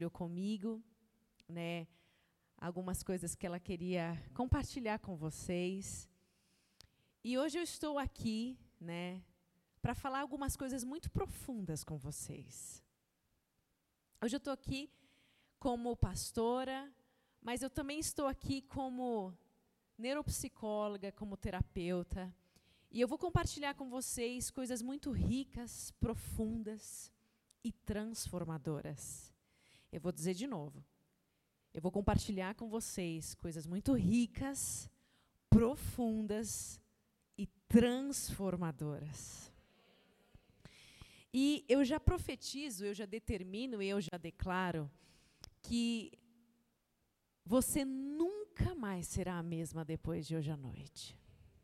comigo, né, algumas coisas que ela queria compartilhar com vocês. E hoje eu estou aqui, né, para falar algumas coisas muito profundas com vocês. Hoje eu estou aqui como pastora, mas eu também estou aqui como neuropsicóloga, como terapeuta. E eu vou compartilhar com vocês coisas muito ricas, profundas e transformadoras. Eu vou dizer de novo. Eu vou compartilhar com vocês coisas muito ricas, profundas e transformadoras. E eu já profetizo, eu já determino, eu já declaro que você nunca mais será a mesma depois de hoje à noite.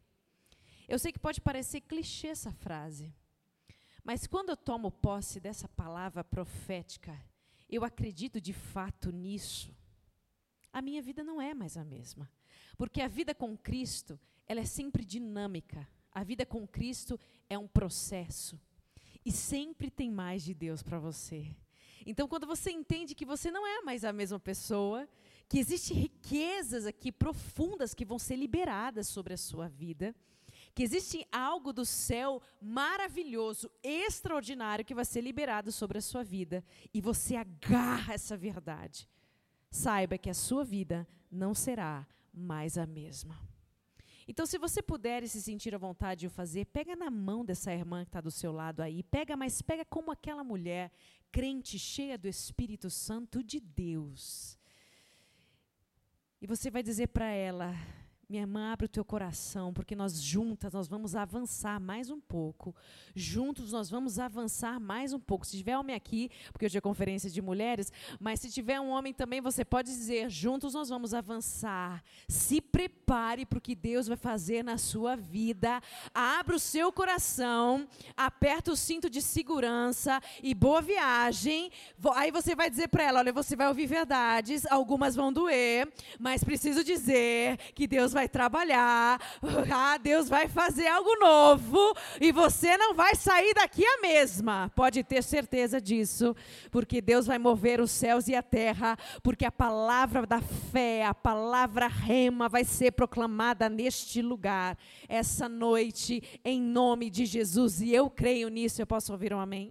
Eu sei que pode parecer clichê essa frase, mas quando eu tomo posse dessa palavra profética, eu acredito de fato nisso. A minha vida não é mais a mesma. Porque a vida com Cristo, ela é sempre dinâmica. A vida com Cristo é um processo. E sempre tem mais de Deus para você. Então, quando você entende que você não é mais a mesma pessoa, que existem riquezas aqui profundas que vão ser liberadas sobre a sua vida, que existe algo do céu maravilhoso, extraordinário, que vai ser liberado sobre a sua vida, e você agarra essa verdade, saiba que a sua vida não será mais a mesma. Então, se você puder e se sentir à vontade de o fazer, pega na mão dessa irmã que está do seu lado aí, mas pega como aquela mulher crente, cheia do Espírito Santo de Deus. E você vai dizer para ela: minha irmã, abre o teu coração, porque nós juntas, nós vamos avançar mais um pouco. Juntos nós vamos avançar mais um pouco. Se tiver homem aqui, porque hoje é conferência de mulheres, mas se tiver um homem também, você pode dizer: juntos nós vamos avançar. Se prepare para o que Deus vai fazer na sua vida. Abra o seu coração, aperta o cinto de segurança e boa viagem. Aí você vai dizer para ela: olha, você vai ouvir verdades, algumas vão doer, mas preciso dizer que Deus vai trabalhar, Deus vai fazer algo novo e você não vai sair daqui a mesma. Pode ter certeza disso, porque Deus vai mover os céus e a terra, porque a palavra da fé, a palavra rema vai ser proclamada neste lugar, essa noite, em nome de Jesus, e eu creio nisso. Eu posso ouvir um amém?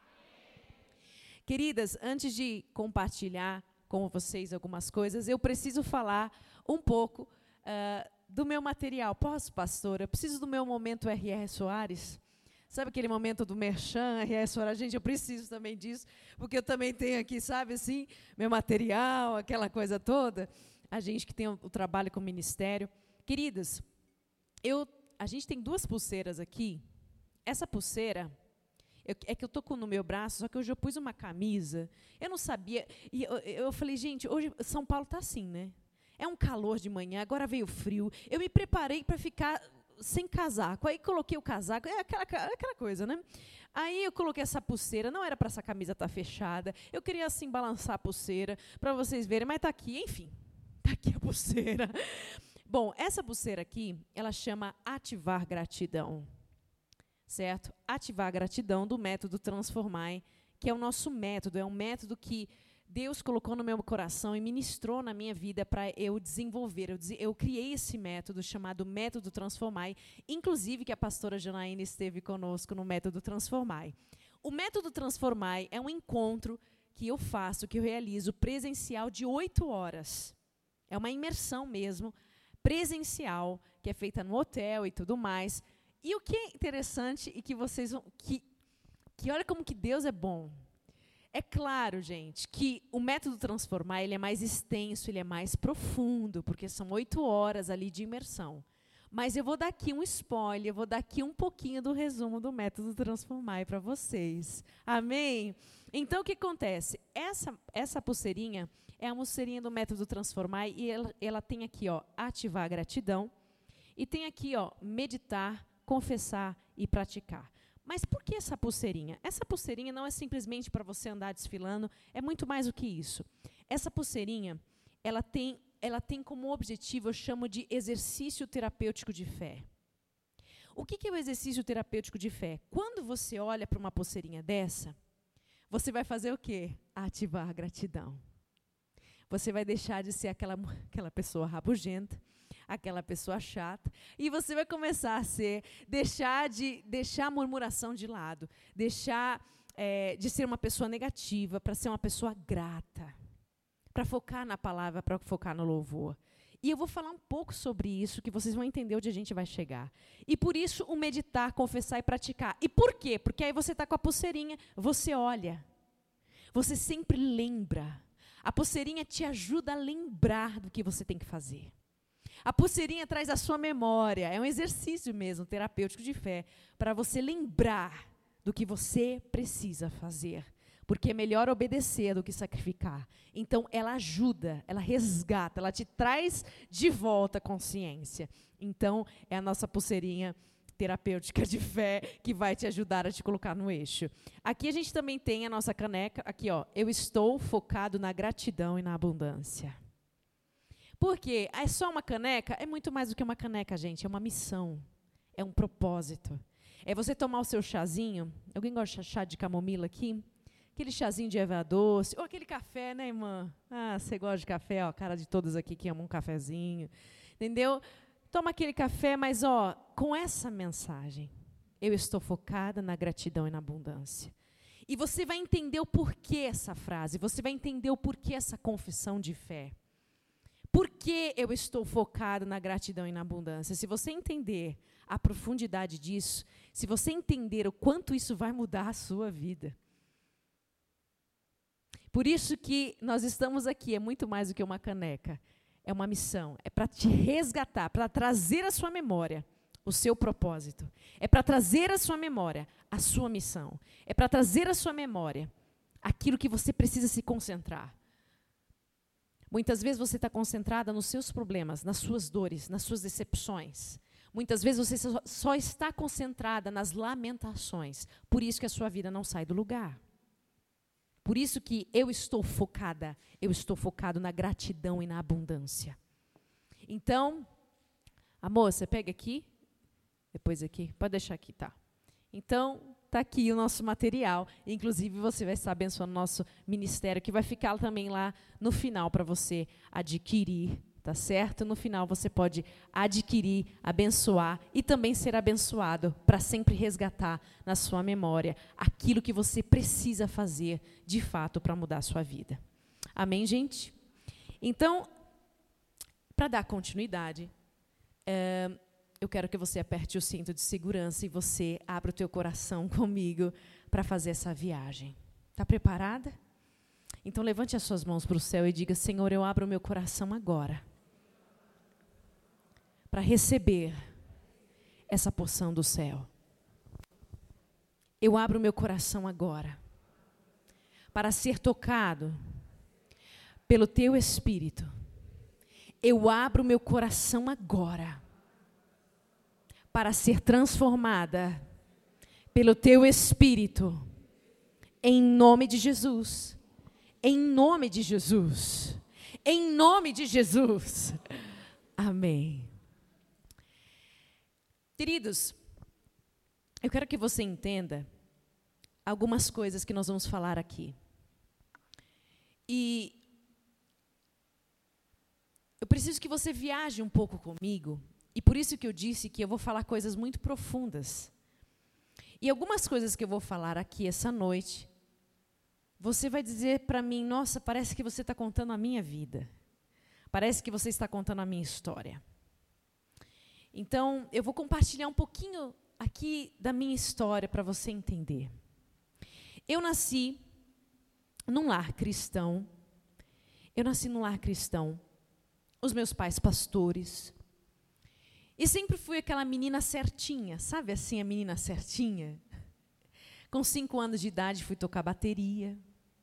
Queridas, antes de compartilhar com vocês algumas coisas, eu preciso falar um pouco do meu material. Posso, pastora? Eu preciso do meu momento R.R. Soares. Sabe aquele momento do merchan, R.R. Soares? Gente, eu preciso também disso, porque eu também tenho aqui, sabe assim, meu material, aquela coisa toda. A gente que tem o trabalho com o ministério. Queridas, a gente tem 2 pulseiras aqui. Essa pulseira, é que eu estou no meu braço, só que hoje eu pus uma camisa. Eu não sabia. E eu falei, gente, hoje São Paulo está assim, né? É um calor de manhã, agora veio frio. Eu me preparei para ficar sem casaco. Aí coloquei o casaco, aquela coisa, né? Aí eu coloquei essa pulseira, não era para essa camisa estar fechada. Eu queria assim balançar a pulseira para vocês verem, mas está aqui, enfim. Está aqui a pulseira. Bom, essa pulseira aqui, ela chama Ativar Gratidão. Certo? Ativar Gratidão do método Transformai, que é o nosso método, é um método que Deus colocou no meu coração e ministrou na minha vida para eu desenvolver. Eu criei esse método chamado Método Transformai, inclusive que a pastora Janaína esteve conosco no Método Transformai. O Método Transformai é um encontro que eu faço, que eu realizo presencial de 8 horas. É uma imersão mesmo, presencial, que é feita no hotel e tudo mais. E o que é interessante e que vocês vão... que olha como que Deus é bom. É claro, gente, que o método Transformar, ele é mais extenso, ele é mais profundo, porque são 8 horas ali de imersão. Mas eu vou dar aqui um spoiler, eu vou dar aqui um pouquinho do resumo do método Transformar para vocês. Amém? Então, o que acontece? Essa pulseirinha é a pulseirinha do método Transformar e ela tem aqui, ó, ativar a gratidão e tem aqui, ó, meditar, confessar e praticar. Mas por que essa pulseirinha? Essa pulseirinha não é simplesmente para você andar desfilando, é muito mais do que isso. Essa pulseirinha, ela tem como objetivo, eu chamo de exercício terapêutico de fé. O que é o exercício terapêutico de fé? Quando você olha para uma pulseirinha dessa, você vai fazer o quê? a ativar a gratidão. Você vai deixar de ser aquela pessoa rabugenta, aquela pessoa chata, e você vai começar a deixar a murmuração de lado, deixar de ser uma pessoa negativa para ser uma pessoa grata, para focar na palavra, para focar no louvor. E eu vou falar um pouco sobre isso, que vocês vão entender onde a gente vai chegar. E por isso o meditar, confessar e praticar. E por quê? Porque aí você está com a pulseirinha, você olha, você sempre lembra. A pulseirinha te ajuda a lembrar do que você tem que fazer. A pulseirinha traz a sua memória, é um exercício mesmo, terapêutico de fé, para você lembrar do que você precisa fazer. Porque é melhor obedecer do que sacrificar. Então, ela ajuda, ela resgata, ela te traz de volta a consciência. Então, é a nossa pulseirinha terapêutica de fé que vai te ajudar a te colocar no eixo. Aqui a gente também tem a nossa caneca, aqui ó, eu estou focado na gratidão e na abundância. Por quê? É só uma caneca? É muito mais do que uma caneca, gente, é uma missão, é um propósito. É você tomar o seu chazinho, alguém gosta de chá de camomila aqui? Aquele chazinho de erva doce, ou aquele café, né, irmã? Ah, você gosta de café, ó, cara de todos aqui que amam um cafezinho, entendeu? Toma aquele café, mas, ó, com essa mensagem, eu estou focada na gratidão e na abundância. E você vai entender o porquê essa frase, você vai entender o porquê essa confissão de fé. Por que eu estou focado na gratidão e na abundância? Se você entender a profundidade disso, se você entender o quanto isso vai mudar a sua vida. Por isso que nós estamos aqui, é muito mais do que uma caneca. É uma missão, é para te resgatar, para trazer à sua memória o seu propósito. É para trazer à sua memória a sua missão. É para trazer à sua memória aquilo que você precisa se concentrar. Muitas vezes você está concentrada nos seus problemas, nas suas dores, nas suas decepções. Muitas vezes você só está concentrada nas lamentações. Por isso que a sua vida não sai do lugar. Por isso que eu estou focado na gratidão e na abundância. Então, amor, você pega aqui, depois aqui, pode deixar aqui, tá? Então, está aqui o nosso material, inclusive você vai estar abençoando o nosso ministério, que vai ficar também lá no final para você adquirir, tá certo? No final você pode adquirir, abençoar e também ser abençoado para sempre resgatar na sua memória aquilo que você precisa fazer de fato para mudar a sua vida. Amém, gente? Então, para dar continuidade, eu quero que você aperte o cinto de segurança e você abra o teu coração comigo para fazer essa viagem. Está preparada? Então levante as suas mãos para o céu e diga: Senhor, eu abro o meu coração agora para receber essa porção do céu. Eu abro o meu coração agora para ser tocado pelo teu Espírito. Eu abro o meu coração agora para ser transformada pelo teu Espírito, em nome de Jesus, em nome de Jesus, em nome de Jesus. Amém. Queridos, eu quero que você entenda algumas coisas que nós vamos falar aqui. E eu preciso que você viaje um pouco comigo. E por isso que eu disse que eu vou falar coisas muito profundas. E algumas coisas que eu vou falar aqui essa noite, você vai dizer para mim: nossa, parece que você está contando a minha vida. Parece que você está contando a minha história. Então, eu vou compartilhar um pouquinho aqui da minha história para você entender. Eu nasci num lar cristão. Os meus pais pastores. E sempre fui aquela menina certinha, sabe assim, a menina certinha? Com 5 anos de idade fui tocar bateria.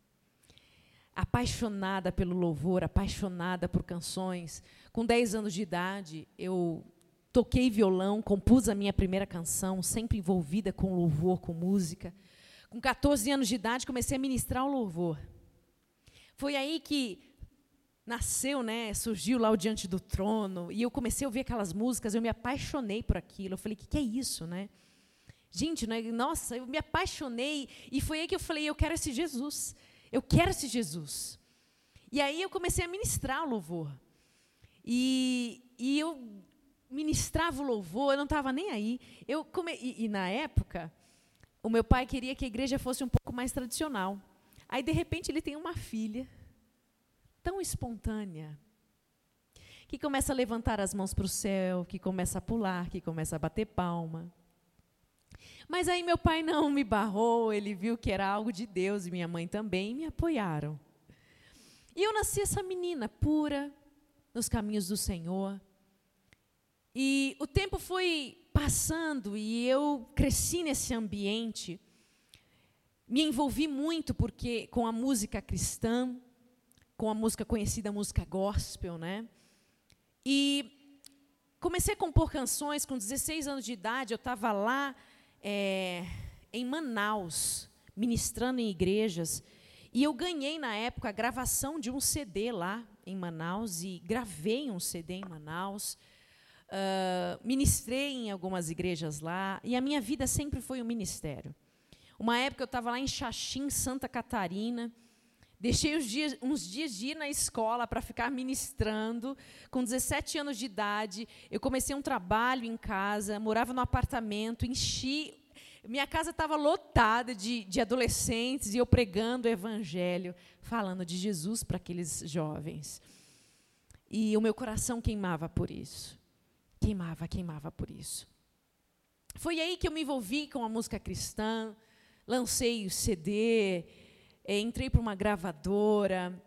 Apaixonada pelo louvor, apaixonada por canções. Com 10 anos de idade, eu toquei violão, compus a minha primeira canção, sempre envolvida com louvor, com música. Com 14 anos de idade, comecei a ministrar o louvor. Foi aí que nasceu, né, surgiu lá o Diante do Trono, e eu comecei a ouvir aquelas músicas, eu me apaixonei por aquilo. Eu falei: que é isso, né? Gente, né, nossa, eu me apaixonei, e foi aí que eu falei: eu quero esse Jesus. Eu quero esse Jesus. E aí eu comecei a ministrar o louvor. E eu ministrava o louvor, eu não estava nem aí. E na época, o meu pai queria que a igreja fosse um pouco mais tradicional. Aí, de repente, ele tem uma filha tão espontânea, que começa a levantar as mãos para o céu, que começa a pular, que começa a bater palma. Mas aí meu pai não me barrou, ele viu que era algo de Deus, e minha mãe também, e me apoiaram. E eu nasci essa menina pura, nos caminhos do Senhor. E o tempo foi passando, e eu cresci nesse ambiente, me envolvi muito com a música cristã, com a música conhecida, a música gospel, né? E comecei a compor canções com 16 anos de idade. Eu estava lá em Manaus, ministrando em igrejas, e eu ganhei, na época, a gravação de um CD lá em Manaus, e gravei um CD em Manaus, ministrei em algumas igrejas lá, e a minha vida sempre foi um ministério. Uma época eu estava lá em Xaxim, Santa Catarina, deixei uns dias de ir na escola para ficar ministrando. Com 17 anos de idade, eu comecei um trabalho em casa, morava num apartamento, minha casa estava lotada de adolescentes, e eu pregando o evangelho, falando de Jesus para aqueles jovens. E o meu coração queimava por isso. Queimava por isso. Foi aí que eu me envolvi com a música cristã, lancei o CD, entrei para uma gravadora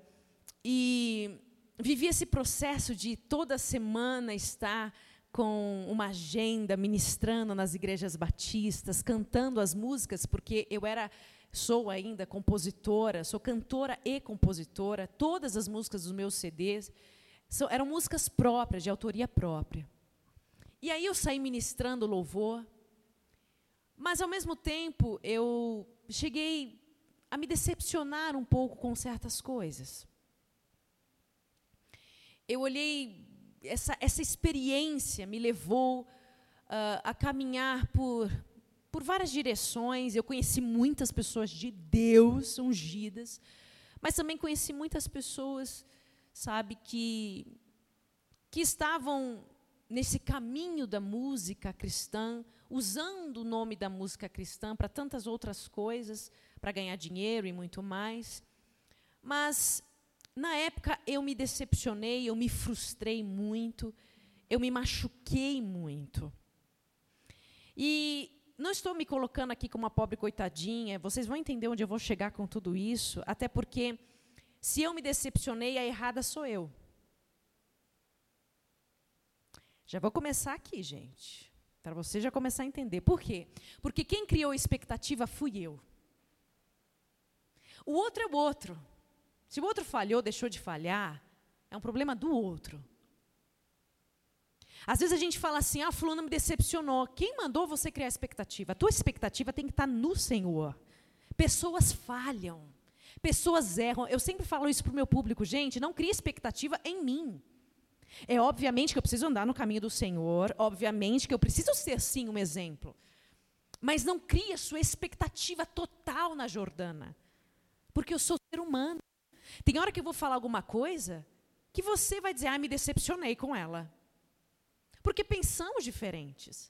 e vivi esse processo de toda semana estar com uma agenda, ministrando nas igrejas batistas, cantando as músicas, porque sou ainda compositora, sou cantora e compositora. Todas as músicas dos meus CDs eram músicas próprias, de autoria própria. E aí eu saí ministrando louvor, mas, ao mesmo tempo, eu cheguei a me decepcionar um pouco com certas coisas. Eu olhei, essa experiência me levou a caminhar por várias direções. Eu conheci muitas pessoas de Deus, ungidas, mas também conheci muitas pessoas, sabe, que estavam nesse caminho da música cristã, usando o nome da música cristã para tantas outras coisas, para ganhar dinheiro e muito mais. Mas, na época, eu me decepcionei, eu me frustrei muito, eu me machuquei muito. E não estou me colocando aqui como uma pobre coitadinha, vocês vão entender onde eu vou chegar com tudo isso, até porque, se eu me decepcionei, a errada sou eu. Já vou começar aqui, gente, para você já começar a entender. Por quê? Porque quem criou a expectativa fui eu. O outro é o outro. Se o outro falhou, deixou de falhar, é um problema do outro. Às vezes a gente fala assim, fulano me decepcionou. Quem mandou você criar a expectativa? A tua expectativa tem que estar no Senhor. Pessoas falham, pessoas erram. Eu sempre falo isso para o meu público, gente, não crie expectativa em mim. É obviamente que eu preciso andar no caminho do Senhor, obviamente que eu preciso ser, sim, um exemplo. Mas não crie a sua expectativa total na Jordana, porque eu sou ser humano. Tem hora que eu vou falar alguma coisa que você vai dizer, me decepcionei com ela. Porque pensamos diferentes.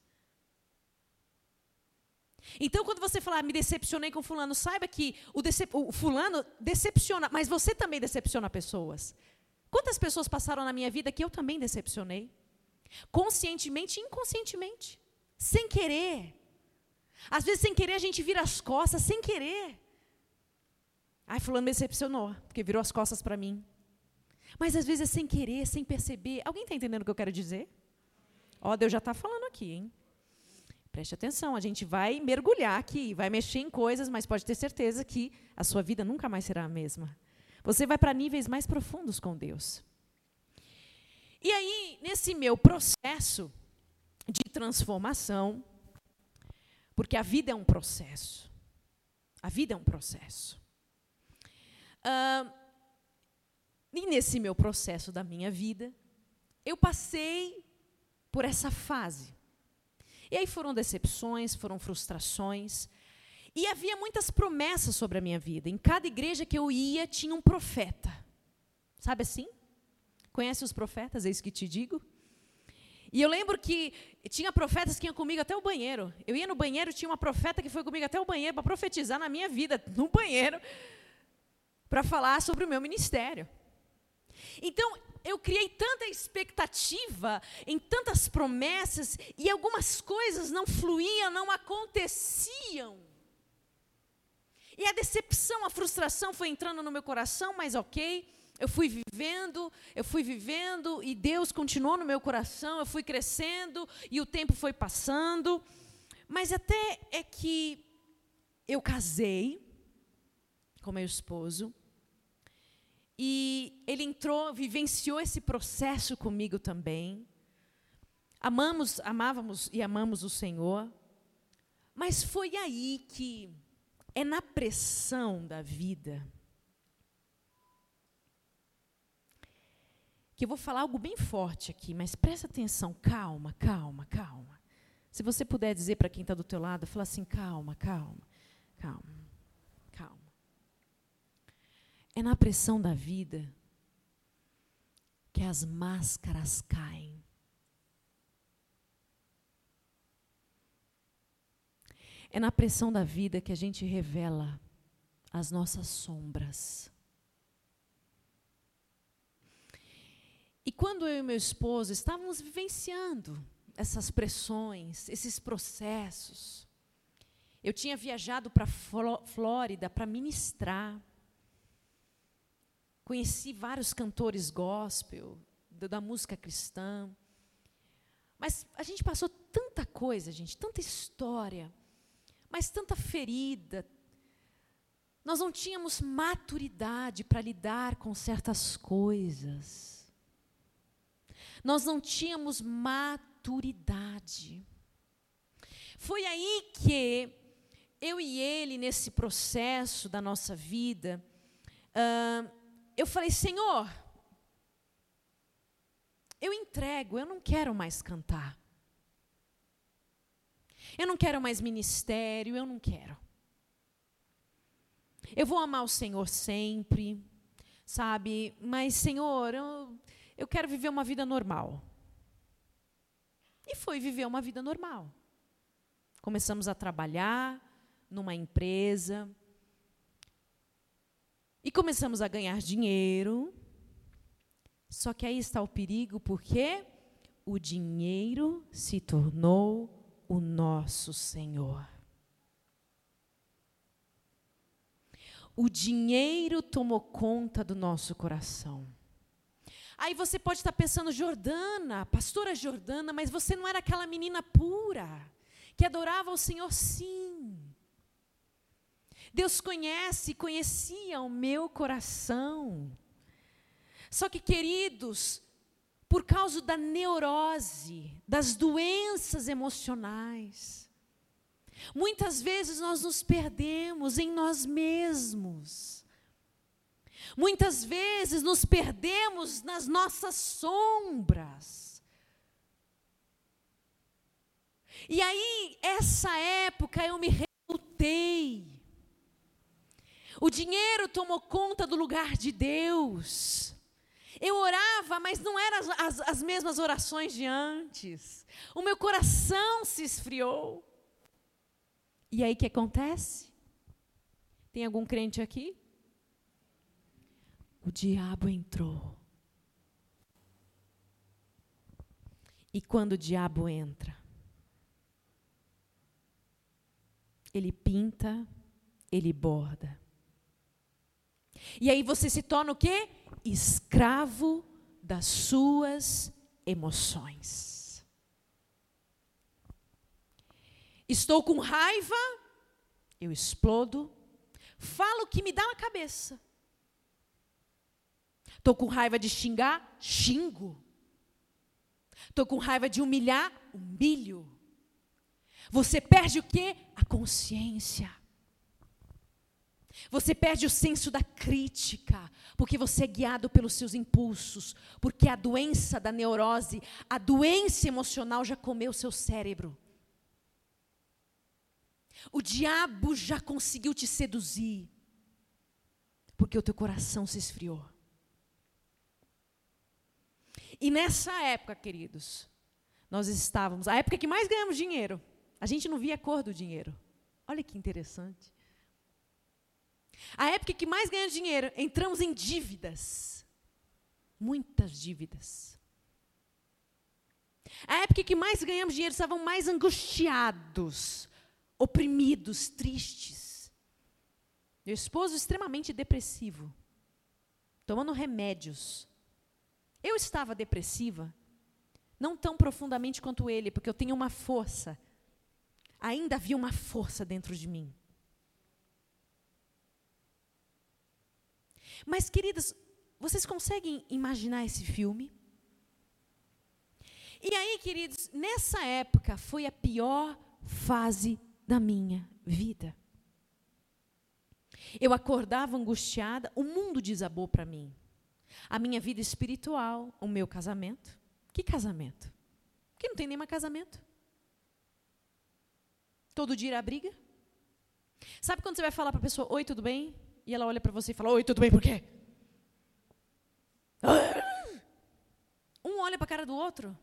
Então, quando você falar, me decepcionei com fulano, saiba que o fulano decepciona, mas você também decepciona pessoas. Quantas pessoas passaram na minha vida que eu também decepcionei? Conscientemente e inconscientemente. Sem querer. Às vezes, sem querer, a gente vira as costas, sem querer. Fulano me decepcionou, porque virou as costas para mim. Mas, às vezes, é sem querer, sem perceber. Alguém está entendendo o que eu quero dizer? Deus já está falando aqui, hein? Preste atenção, a gente vai mergulhar aqui, vai mexer em coisas, mas pode ter certeza que a sua vida nunca mais será a mesma. Você vai para níveis mais profundos com Deus. E aí, nesse meu processo de transformação, porque a vida é um processo. A vida é um processo. E nesse meu processo da minha vida, eu passei por essa fase. E aí foram decepções, foram frustrações. E havia muitas promessas sobre a minha vida. Em cada igreja que eu ia, tinha um profeta. Sabe assim? Conhece os profetas, é isso que te digo? E eu lembro que tinha profetas que iam comigo até o banheiro. Eu ia no banheiro, tinha uma profeta que foi comigo até o banheiro para profetizar na minha vida, no banheiro, para falar sobre o meu ministério. Então, eu criei tanta expectativa em tantas promessas e algumas coisas não fluíam, não aconteciam. E a decepção, a frustração foi entrando no meu coração, mas ok, eu fui vivendo e Deus continuou no meu coração, eu fui crescendo e o tempo foi passando. Mas até é que eu casei com meu esposo e ele vivenciou esse processo comigo também. Amávamos e amamos o Senhor, mas foi aí que é na pressão da vida que eu vou falar algo bem forte aqui, mas presta atenção, calma. Se você puder dizer para quem está do teu lado, fala assim, calma. É na pressão da vida que as máscaras caem. É na pressão da vida que a gente revela as nossas sombras. E quando eu e meu esposo estávamos vivenciando essas pressões, esses processos, eu tinha viajado para a Flórida para ministrar. Conheci vários cantores gospel, da música cristã. Mas a gente passou tanta coisa, gente, tanta história, mas tanta ferida. Nós não tínhamos maturidade para lidar com certas coisas. Nós não tínhamos maturidade. Foi aí que eu e ele, nesse processo da nossa vida, eu falei, Senhor, eu entrego, eu não quero mais cantar. Eu não quero mais ministério, eu não quero. Eu vou amar o Senhor sempre, sabe? Mas, Senhor, eu quero viver uma vida normal. E foi viver uma vida normal. Começamos a trabalhar numa empresa. E começamos a ganhar dinheiro. Só que aí está o perigo, porque o dinheiro se tornou o nosso Senhor. O dinheiro tomou conta do nosso coração. Aí você pode estar pensando, Jordana, pastora Jordana, mas você não era aquela menina pura, que adorava o Senhor, sim. Deus conhecia o meu coração. Só que, queridos, por causa da neurose, das doenças emocionais, muitas vezes nós nos perdemos em nós mesmos. Muitas vezes nos perdemos nas nossas sombras. E aí, essa época, eu me revoltei. O dinheiro tomou conta do lugar de Deus. Eu orava, mas não eram as mesmas orações de antes. O meu coração se esfriou. E aí o que acontece? Tem algum crente aqui? O diabo entrou. E quando o diabo entra, ele pinta, ele borda. E aí você se torna o quê? Escravo das suas emoções. Estou com raiva, eu explodo. Falo o que me dá na cabeça. Estou com raiva de xingar, xingo. Estou com raiva de humilhar, humilho. Você perde o quê? A consciência. Você perde o senso da crítica, porque você é guiado pelos seus impulsos, porque a doença da neurose, a doença emocional já comeu o seu cérebro. O diabo já conseguiu te seduzir, porque o teu coração se esfriou. E nessa época, queridos, nós estávamos, a época que mais ganhamos dinheiro, a gente não via a cor do dinheiro. Olha que interessante. A época que mais ganhamos dinheiro, entramos em dívidas. Muitas dívidas. A época que mais ganhamos dinheiro, estavam mais angustiados, oprimidos, tristes. Meu esposo extremamente depressivo, tomando remédios. Eu estava depressiva, não tão profundamente quanto ele, porque eu tenho uma força. Ainda havia uma força dentro de mim. Mas, queridas, vocês conseguem imaginar esse filme? E aí, queridos, nessa época foi a pior fase da minha vida. Eu acordava angustiada, o mundo desabou para mim. A minha vida espiritual, o meu casamento. Que casamento? Porque não tem nem mais casamento. Todo dia era briga. Sabe quando você vai falar para a pessoa, oi, tudo bem? E ela olha para você e fala, oi, tudo bem, por quê? Um olha para a cara do outro.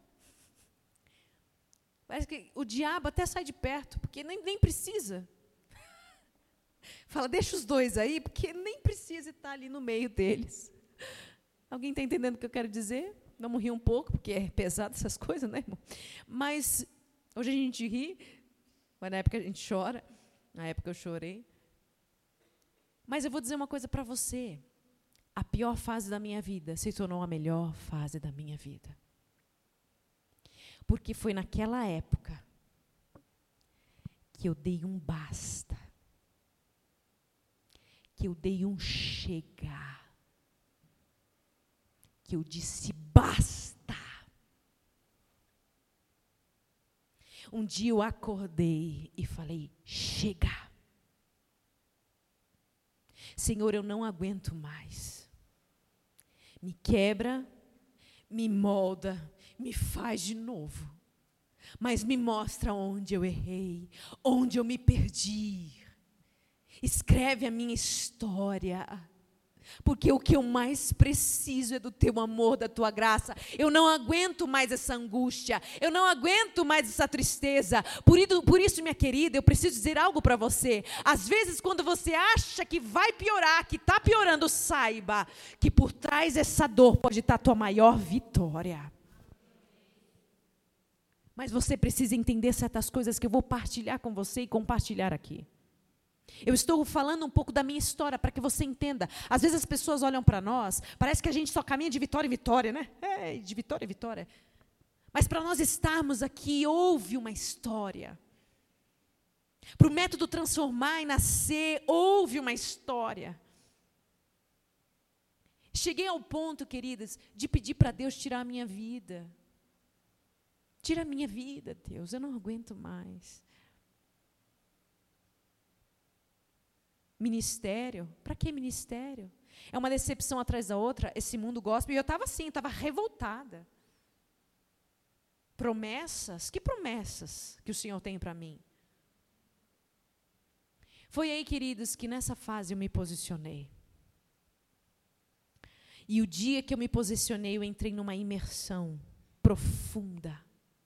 Parece que o diabo até sai de perto, porque nem precisa. Fala, deixa os dois aí, porque nem precisa estar ali no meio deles. Alguém está entendendo o que eu quero dizer? Vamos rir um pouco, porque é pesado essas coisas, né, irmão? Mas hoje a gente ri, mas na época a gente chora. Na época eu chorei. Mas eu vou dizer uma coisa para você. A pior fase da minha vida se tornou a melhor fase da minha vida. Porque foi naquela época que eu dei um basta. Que eu dei um chegar. Que eu disse basta. Um dia eu acordei e falei, chega. Senhor, eu não aguento mais. Me quebra, me molda, me faz de novo. Mas me mostra onde eu errei, onde eu me perdi. Escreve a minha história. Porque o que eu mais preciso é do teu amor, da tua graça. Eu não aguento mais essa angústia. Eu não aguento mais essa tristeza. Por isso, minha querida, eu preciso dizer algo para você. Às vezes, quando você acha que vai piorar, que está piorando, saiba que por trás dessa dor pode estar a tua maior vitória. Mas você precisa entender certas coisas que eu vou partilhar com você e compartilhar aqui. Eu estou falando um pouco da minha história para que você entenda. Às vezes as pessoas olham para nós, parece que a gente só caminha de vitória em vitória, né? De vitória em vitória. Mas para nós estarmos aqui, houve uma história. Para o método transformar e nascer, houve uma história. Cheguei ao ponto, queridas, de pedir para Deus tirar a minha vida. Tira a minha vida, Deus, eu não aguento mais. Ministério? Para que ministério? É uma decepção atrás da outra, esse mundo gospel. E eu estava assim, estava revoltada. Promessas? Que promessas que o Senhor tem para mim? Foi aí, queridos, que nessa fase eu me posicionei. E o dia que eu me posicionei, eu entrei numa imersão profunda.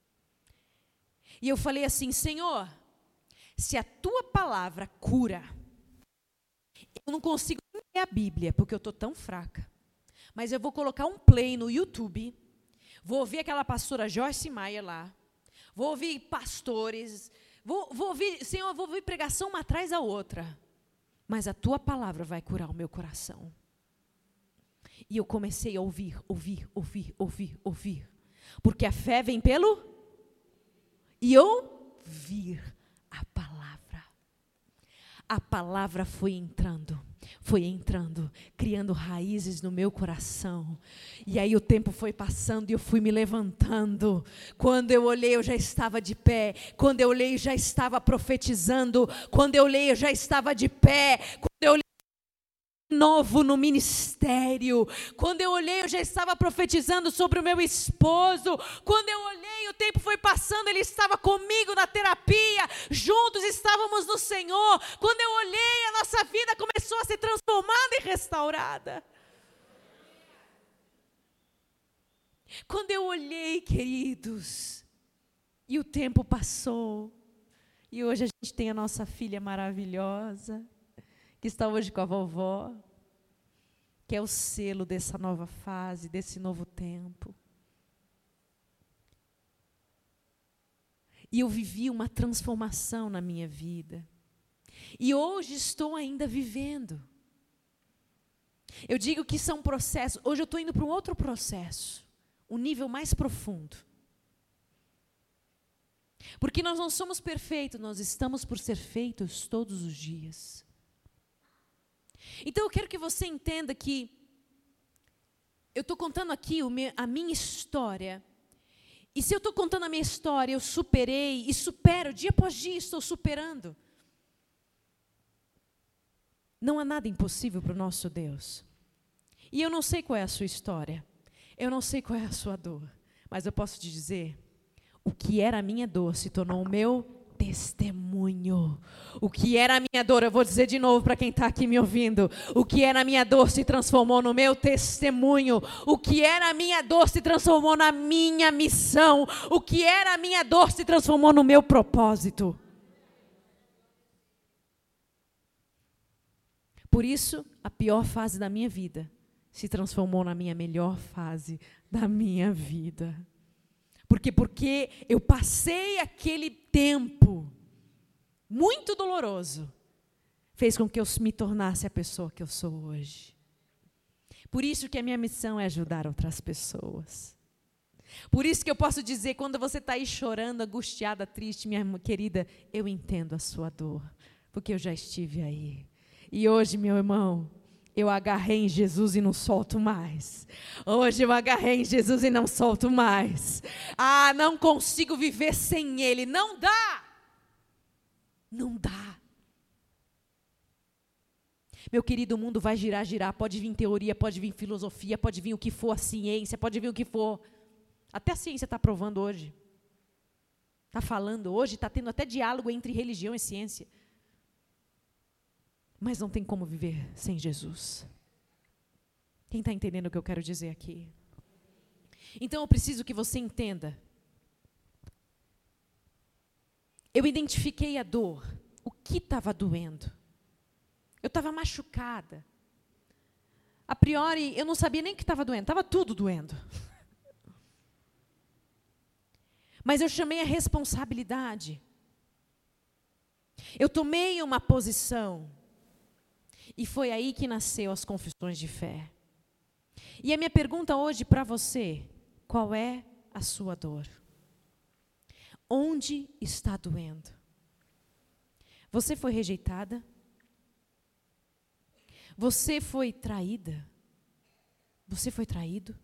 E eu falei assim, Senhor, se a tua palavra cura, eu não consigo ler a Bíblia, porque eu estou tão fraca. Mas eu vou colocar um play no YouTube, vou ouvir aquela pastora Joyce Meyer lá, vou ouvir pastores, vou ouvir, Senhor, eu vou ouvir pregação uma atrás da outra. Mas a tua palavra vai curar o meu coração. E eu comecei a ouvir. Porque a fé vem pelo... E ouvir a palavra. A palavra foi entrando, criando raízes no meu coração. E aí o tempo foi passando e eu fui me levantando. Quando eu olhei, eu já estava de pé. Quando eu olhei, eu já estava profetizando. Quando eu olhei, eu já estava de pé. Quando eu olhei, novo no ministério. Quando eu olhei, eu já estava profetizando sobre o meu esposo. Quando eu olhei, o tempo foi passando, Ele estava comigo na terapia, juntos estávamos no Senhor. Quando eu olhei, a nossa vida começou a ser transformada e restaurada. Quando eu olhei, queridos, e o tempo passou, e hoje a gente tem a nossa filha maravilhosa, que está hoje com a vovó, que é o selo dessa nova fase, desse novo tempo. E eu vivi uma transformação na minha vida. E hoje estou ainda vivendo. Eu digo que são processos. Hoje eu estou indo para um outro processo. Um nível mais profundo. Porque nós não somos perfeitos, nós estamos por ser feitos todos os dias. Então eu quero que você entenda que eu estou contando aqui a minha história. E se eu estou contando a minha história, eu superei e supero, dia após dia estou superando. Não há nada impossível para o nosso Deus. E eu não sei qual é a sua história. Eu não sei qual é a sua dor. Mas eu posso te dizer, o que era a minha dor se tornou o meu testemunho. O que era a minha dor, eu vou dizer de novo para quem está aqui me ouvindo. O que era a minha dor se transformou no meu testemunho. O que era a minha dor se transformou na minha missão. O que era a minha dor se transformou no meu propósito. Por isso, a pior fase da minha vida se transformou na minha melhor fase da minha vida. Porque eu passei aquele tempo muito doloroso, fez com que eu me tornasse a pessoa que eu sou hoje. Por isso que a minha missão é ajudar outras pessoas. Por isso que eu posso dizer, quando você está aí chorando, angustiada, triste, minha querida, eu entendo a sua dor, porque eu já estive aí. E hoje, meu irmão, eu agarrei em Jesus e não solto mais. Hoje eu agarrei em Jesus e não solto mais. Ah, não consigo viver sem Ele. Não dá. Não dá. Meu querido, o mundo vai girar, girar. Pode vir teoria, pode vir filosofia, pode vir o que for, a ciência, pode vir o que for. Até a ciência está provando hoje. Está falando hoje, está tendo até diálogo entre religião e ciência. Mas não tem como viver sem Jesus. Quem está entendendo o que eu quero dizer aqui? Então eu preciso que você entenda. Eu identifiquei a dor. O que estava doendo? Eu estava machucada. A priori, eu não sabia nem o que estava doendo. Estava tudo doendo. Mas eu chamei a responsabilidade. Eu tomei uma posição. E foi aí que nasceu as confissões de fé. E a minha pergunta hoje para você, qual é a sua dor? Onde está doendo? Você foi rejeitada? Você foi traída? Você foi traído?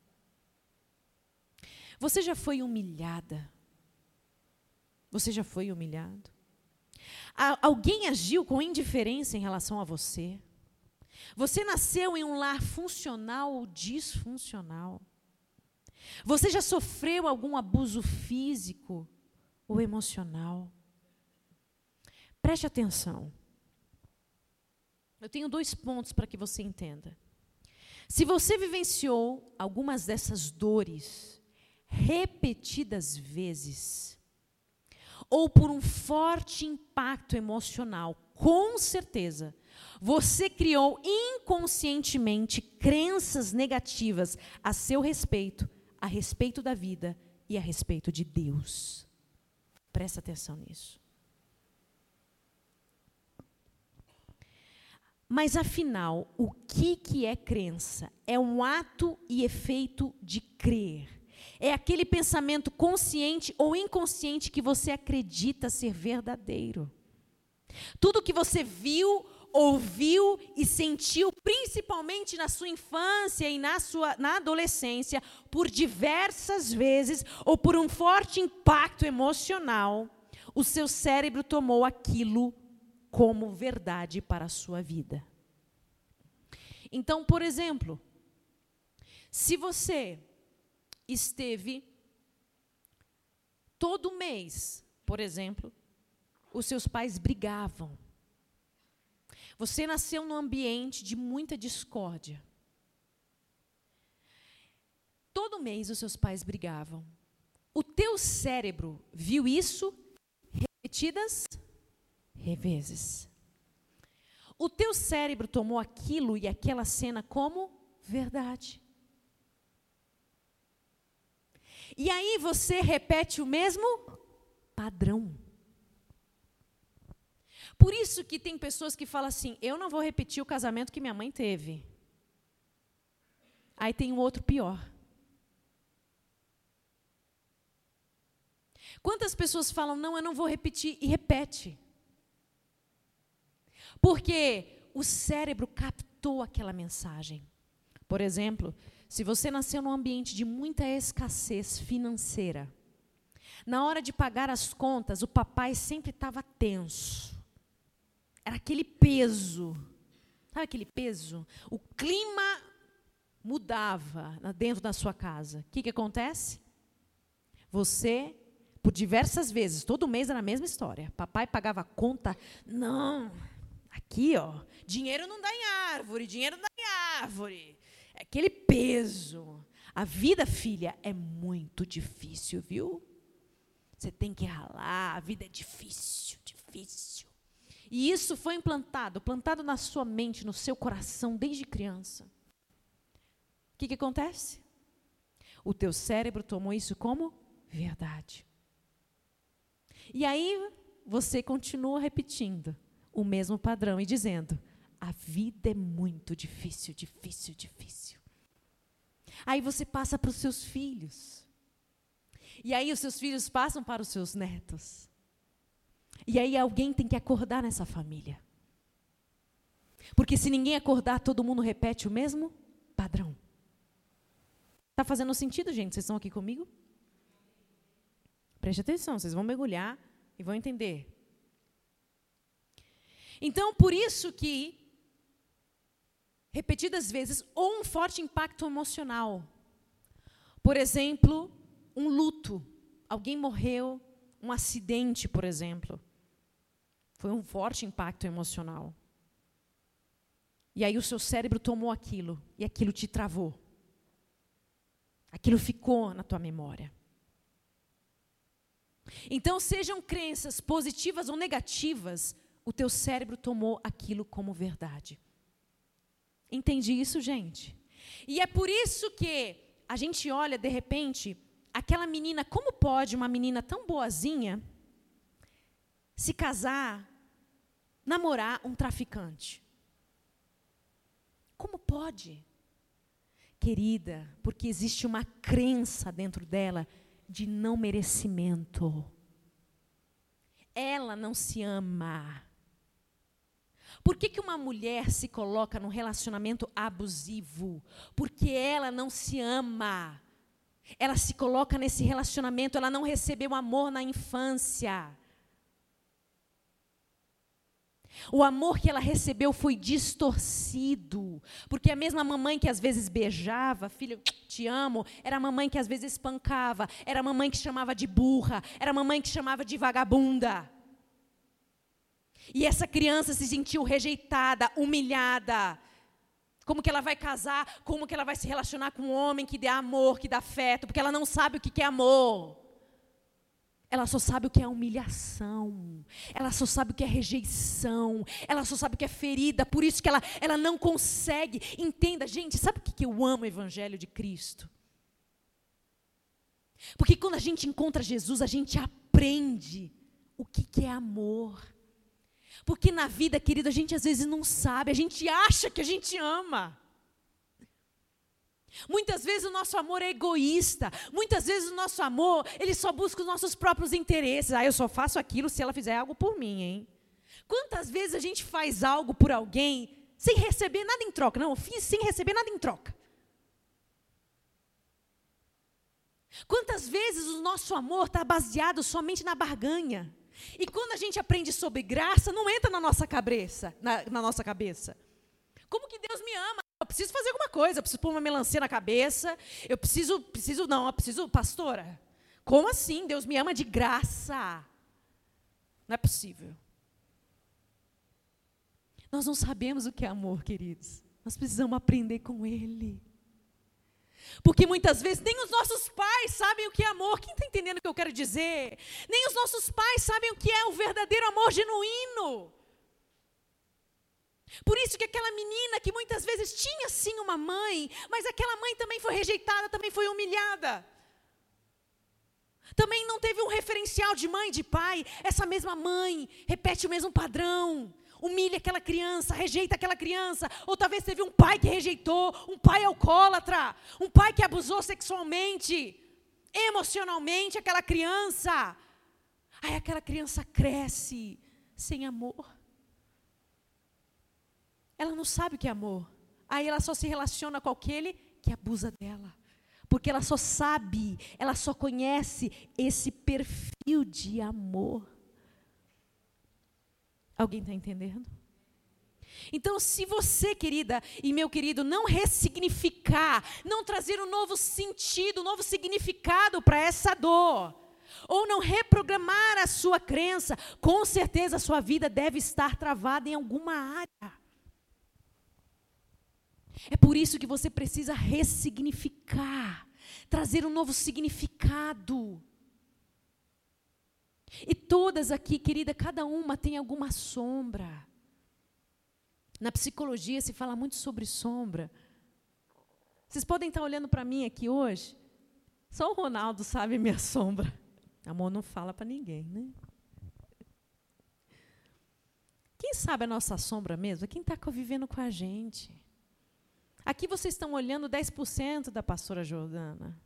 Você já foi humilhada? Você já foi humilhado? Alguém agiu com indiferença em relação a você? Você nasceu em um lar funcional ou disfuncional? Você já sofreu algum abuso físico ou emocional? Preste atenção. Eu tenho 2 pontos para que você entenda. Se você vivenciou algumas dessas dores repetidas vezes, ou por um forte impacto emocional, com certeza, você criou inconscientemente crenças negativas a seu respeito, a respeito da vida e a respeito de Deus. Presta atenção nisso. Mas, afinal, o que é crença? É um ato e efeito de crer. É aquele pensamento consciente ou inconsciente que você acredita ser verdadeiro. Tudo que você viu, ouviu e sentiu, principalmente na sua infância e na adolescência, por diversas vezes, ou por um forte impacto emocional, o seu cérebro tomou aquilo como verdade para a sua vida. Então, por exemplo, se você esteve todo mês, por exemplo, os seus pais brigavam. Você nasceu num ambiente de muita discórdia. Todo mês os seus pais brigavam. O teu cérebro viu isso repetidas vezes. O teu cérebro tomou aquilo e aquela cena como verdade. E aí você repete o mesmo padrão. Por isso que tem pessoas que falam assim, eu não vou repetir o casamento que minha mãe teve. Aí tem um outro pior. Quantas pessoas falam, não, eu não vou repetir, e repete. Porque o cérebro captou aquela mensagem. Por exemplo, se você nasceu num ambiente de muita escassez financeira, na hora de pagar as contas, o papai sempre estava tenso. Era aquele peso. Sabe aquele peso? O clima mudava dentro da sua casa. O que acontece? Você, por diversas vezes, todo mês era a mesma história. Papai pagava a conta. Não, aqui, ó, dinheiro não dá em árvore, dinheiro não dá em árvore. É aquele peso. A vida, filha, é muito difícil, viu? Você tem que ralar, a vida é difícil, difícil. E isso foi plantado na sua mente, no seu coração, desde criança. O que acontece? O teu cérebro tomou isso como verdade. E aí você continua repetindo o mesmo padrão e dizendo, a vida é muito difícil, difícil, difícil. Aí você passa para os seus filhos. E aí os seus filhos passam para os seus netos. E aí alguém tem que acordar nessa família. Porque se ninguém acordar, todo mundo repete o mesmo padrão. Está fazendo sentido, gente? Vocês estão aqui comigo? Preste atenção, vocês vão mergulhar e vão entender. Então, por isso que, repetidas vezes, ou um forte impacto emocional. Por exemplo, um luto. Alguém morreu, um acidente, por exemplo. Foi um forte impacto emocional. E aí o seu cérebro tomou aquilo, e aquilo te travou. Aquilo ficou na tua memória. Então, sejam crenças positivas ou negativas, o teu cérebro tomou aquilo como verdade. Entende isso, gente? E é por isso que a gente olha, de repente, aquela menina, como pode uma menina tão boazinha se casar, namorar um traficante? Como pode? Querida, porque existe uma crença dentro dela de não merecimento. Ela não se ama. Por que uma mulher se coloca num relacionamento abusivo? Porque ela não se ama. Ela se coloca nesse relacionamento, ela não recebeu amor na infância. O amor que ela recebeu foi distorcido. Porque a mesma mamãe que às vezes beijava, filho, te amo, era a mamãe que às vezes espancava, era a mamãe que chamava de burra, era a mamãe que chamava de vagabunda. E essa criança se sentiu rejeitada, humilhada. Como que ela vai casar? Como que ela vai se relacionar com um homem que dá amor, que dá afeto? Porque ela não sabe o que é amor. Ela só sabe o que é humilhação. Ela só sabe o que é rejeição. Ela só sabe o que é ferida. Por isso que ela não consegue. Entenda, gente, sabe por que eu amo o Evangelho de Cristo? Porque quando a gente encontra Jesus, a gente aprende o que é amor. Porque na vida, querido, a gente às vezes não sabe. A gente acha que a gente ama. Muitas vezes o nosso amor é egoísta. Muitas vezes o nosso amor, ele só busca os nossos próprios interesses. Eu só faço aquilo se ela fizer algo por mim, hein? Quantas vezes a gente faz algo por alguém sem receber nada em troca? Não, eu fiz sem receber nada em troca. Quantas vezes o nosso amor está baseado somente na barganha? E quando a gente aprende sobre graça, não entra na nossa cabeça. Na nossa cabeça. Como que Deus me ama? Eu preciso fazer alguma coisa, eu preciso pôr uma melancia na cabeça, eu preciso, pastora, Como assim? Deus me ama de graça. Não é possível. Nós não sabemos o que é amor, queridos. Nós precisamos aprender com Ele. Porque muitas vezes nem os nossos pais sabem o que é amor. Quem está entendendo o que eu quero dizer? Nem os nossos pais sabem o que é o verdadeiro amor genuíno. Por isso que aquela menina que muitas vezes tinha sim uma mãe, mas aquela mãe também foi rejeitada, também foi humilhada. Também não teve um referencial de mãe, de pai. Essa mesma mãe repete o mesmo padrão. Humilha aquela criança, rejeita aquela criança. Ou talvez teve um pai que rejeitou, um pai alcoólatra, um pai que abusou sexualmente, emocionalmente aquela criança. Aí aquela criança cresce sem amor. Ela não sabe o que é amor. Aí ela só se relaciona com aquele que abusa dela. Porque ela só sabe, ela só conhece esse perfil de amor. Alguém está entendendo? Então, se você, querida e meu querido, não ressignificar, não trazer um novo sentido, um novo significado para essa dor, ou não reprogramar a sua crença, com certeza a sua vida deve estar travada em alguma área. É por isso que você precisa ressignificar, trazer um novo significado. E todas aqui, querida, cada uma tem alguma sombra. Na psicologia se fala muito sobre sombra. Vocês podem estar olhando para mim aqui hoje, só o Ronaldo sabe minha sombra. Amor, não fala para ninguém, né? Quem sabe a nossa sombra mesmo? É quem está convivendo com a gente. Aqui vocês estão olhando 10% da pastora Jordana.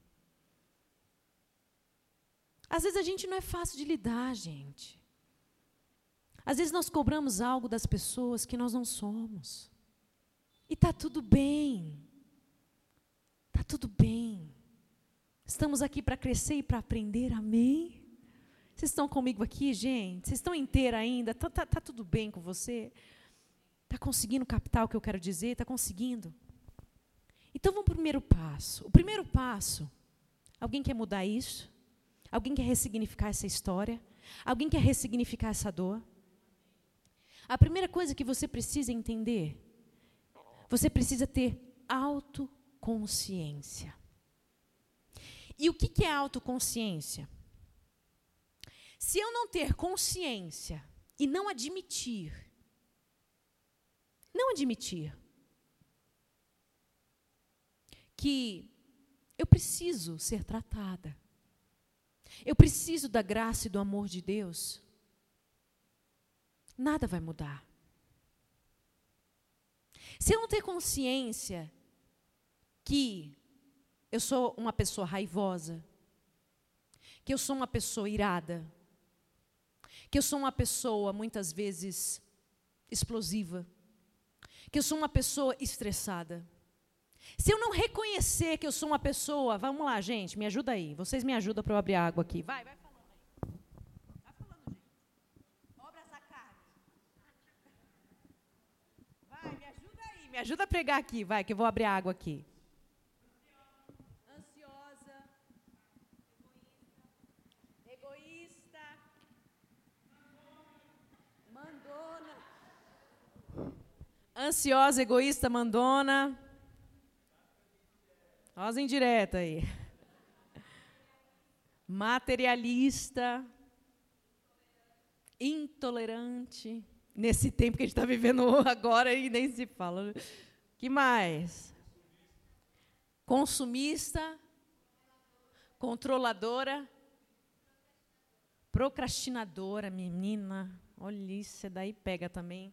Às vezes a gente não é fácil de lidar, gente. Às vezes nós cobramos algo das pessoas que nós não somos. E está tudo bem. Está tudo bem. Estamos aqui para crescer e para aprender, amém? Vocês estão comigo aqui, gente? Vocês estão inteira ainda? Tá tudo bem com você? Está conseguindo captar o que eu quero dizer? Está conseguindo? Então vamos para o primeiro passo. O primeiro passo, alguém quer mudar isso? Alguém quer ressignificar essa história? Alguém quer ressignificar essa dor? A primeira coisa que você precisa entender, você precisa ter autoconsciência. E o que é autoconsciência? Se eu não ter consciência e não admitir que eu preciso ser tratada, eu preciso da graça e do amor de Deus, nada vai mudar. Se eu não ter consciência que eu sou uma pessoa raivosa, que eu sou uma pessoa irada, que eu sou uma pessoa, muitas vezes, explosiva, que eu sou uma pessoa estressada, se eu não reconhecer que eu sou uma pessoa, vamos lá, gente, me ajuda aí, vocês me ajudam para eu abrir água aqui, vai falando aí. Vai falando, gente. Obra essa carne. Vai, me ajuda aí, me ajuda a pregar aqui, vai, que eu vou abrir água aqui. Ansiosa, egoísta, mandona. Ansiosa, egoísta, mandona. Olha as indiretas aí. Materialista, intolerante. Nesse tempo que a gente está vivendo agora, e nem se fala. Que mais? Consumista, controladora, procrastinadora, menina. Olha isso, você daí pega também.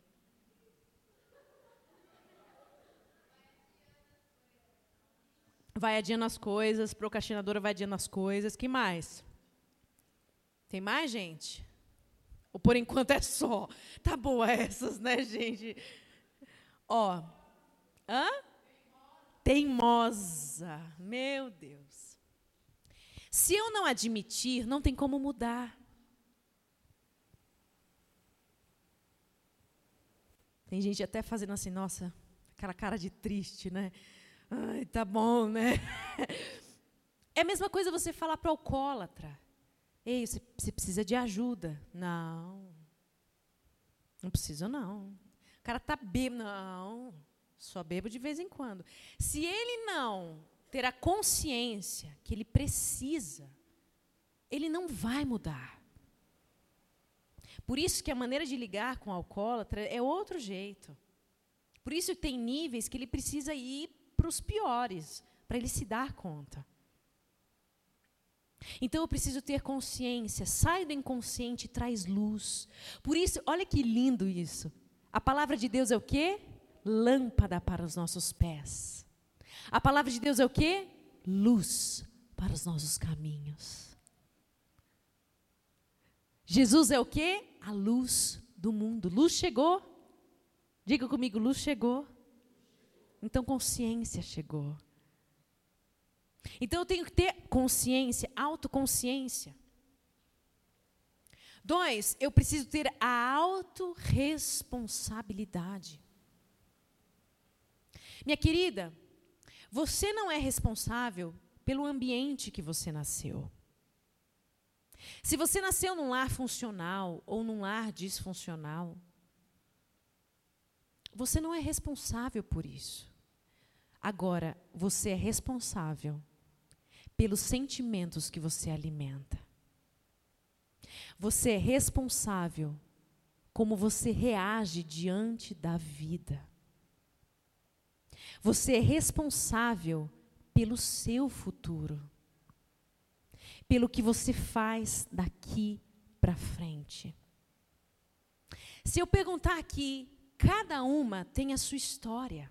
Vai adiando as coisas, procrastinadora vai adiando as coisas. Que mais? Tem mais, gente? Ou por enquanto é só? Tá boa essas, né, gente? Ó. Teimosa. Meu Deus. Se eu não admitir, não tem como mudar. Tem gente até fazendo assim, nossa, aquela cara de triste, né? Ai, tá bom, né? É a mesma coisa você falar para o alcoólatra: ei, você precisa de ajuda. Não preciso não. O cara está bêbado. Não, só bebo de vez em quando. Se ele não ter a consciência que ele precisa, ele não vai mudar. Por isso que a maneira de ligar com o alcoólatra é outro jeito. Por isso que tem níveis que ele precisa ir para os piores, para ele se dar conta. Então eu preciso ter consciência. Sai do inconsciente e traz luz. Por isso, olha que lindo isso. A palavra de Deus é o quê? Lâmpada para os nossos pés. A palavra de Deus é o quê? Luz para os nossos caminhos. Jesus é o quê? A luz do mundo. Luz chegou. Diga comigo, luz chegou. Então consciência chegou. Então eu tenho que ter consciência, autoconsciência. 2, eu preciso ter a autorresponsabilidade. Minha querida, você não é responsável pelo ambiente que você nasceu. Se você nasceu num lar funcional ou num lar disfuncional, você não é responsável por isso. Agora, você é responsável pelos sentimentos que você alimenta. Você é responsável como você reage diante da vida. Você é responsável pelo seu futuro. Pelo que você faz daqui para frente. Se eu perguntar aqui, cada uma tem a sua história.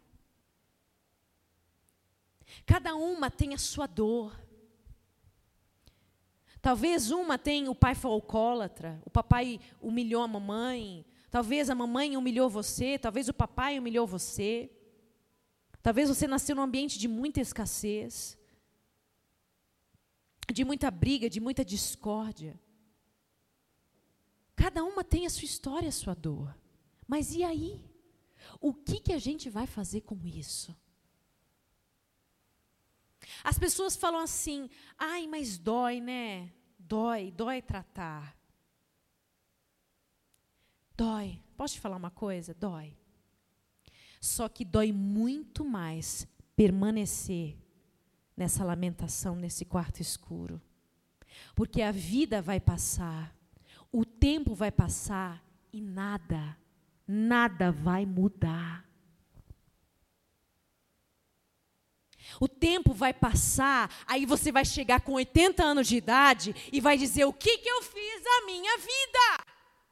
Cada uma tem a sua dor. Talvez uma tenha, o pai foi alcoólatra, o papai humilhou a mamãe, talvez a mamãe humilhou você, talvez o papai humilhou você. Talvez você nasceu num ambiente de muita escassez, de muita briga, de muita discórdia. Cada uma tem a sua história, a sua dor. Mas e aí? O que a gente vai fazer com isso? As pessoas falam assim: ai, mas dói, né? Dói tratar. Dói. Posso te falar uma coisa? Dói. Só que dói muito mais permanecer nessa lamentação, nesse quarto escuro. Porque a vida vai passar, o tempo vai passar e nada vai mudar. O tempo vai passar, aí você vai chegar com 80 anos de idade e vai dizer: o que eu fiz da minha vida?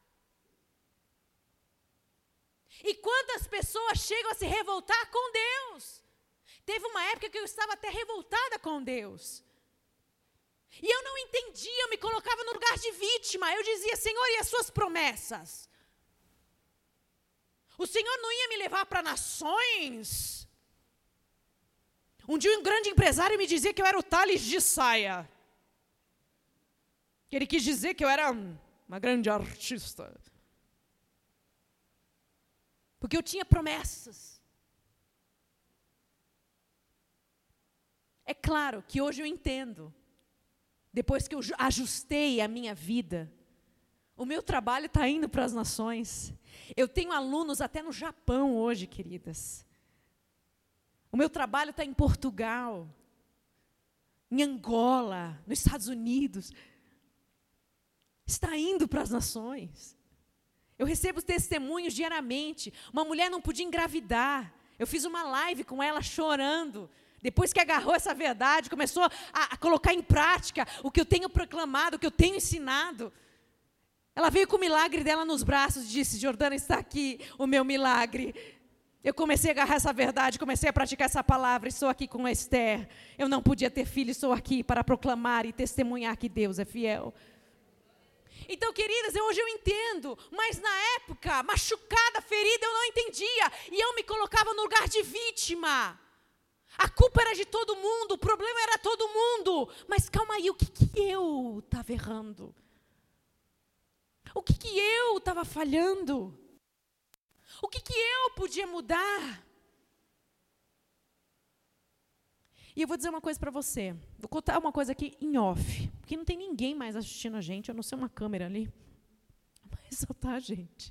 E quantas pessoas chegam a se revoltar com Deus? Teve uma época que eu estava até revoltada com Deus. E eu não entendia, eu me colocava no lugar de vítima. Eu dizia: Senhor, e as suas promessas? O Senhor não ia me levar para nações? Um dia um grande empresário me dizia que eu era o Thales de Saia. Ele quis dizer que eu era uma grande artista. Porque eu tinha promessas. É claro que hoje eu entendo. Depois que eu ajustei a minha vida, o meu trabalho está indo para as nações. Eu tenho alunos até no Japão hoje, queridas. O meu trabalho está em Portugal, em Angola, nos Estados Unidos. Está indo para as nações. Eu recebo testemunhos diariamente. Uma mulher não podia engravidar. Eu fiz uma live com ela chorando. Depois que agarrou essa verdade, começou a colocar em prática o que eu tenho proclamado, o que eu tenho ensinado. Ela veio com o milagre dela nos braços e disse: Jordana, está aqui o meu milagre. Eu comecei a agarrar essa verdade, comecei a praticar essa palavra, estou aqui com Esther. Eu não podia ter filho, estou aqui para proclamar e testemunhar que Deus é fiel. Então, queridas, hoje eu entendo, mas na época, machucada, ferida, eu não entendia. E eu me colocava no lugar de vítima. A culpa era de todo mundo, o problema era todo mundo. Mas calma aí, o que eu estava errando? O que eu estava falhando? O que eu podia mudar? E eu vou dizer uma coisa para você. Vou contar uma coisa aqui em off. Porque não tem ninguém mais assistindo a gente, a não ser uma câmera ali. Mas só tá a gente.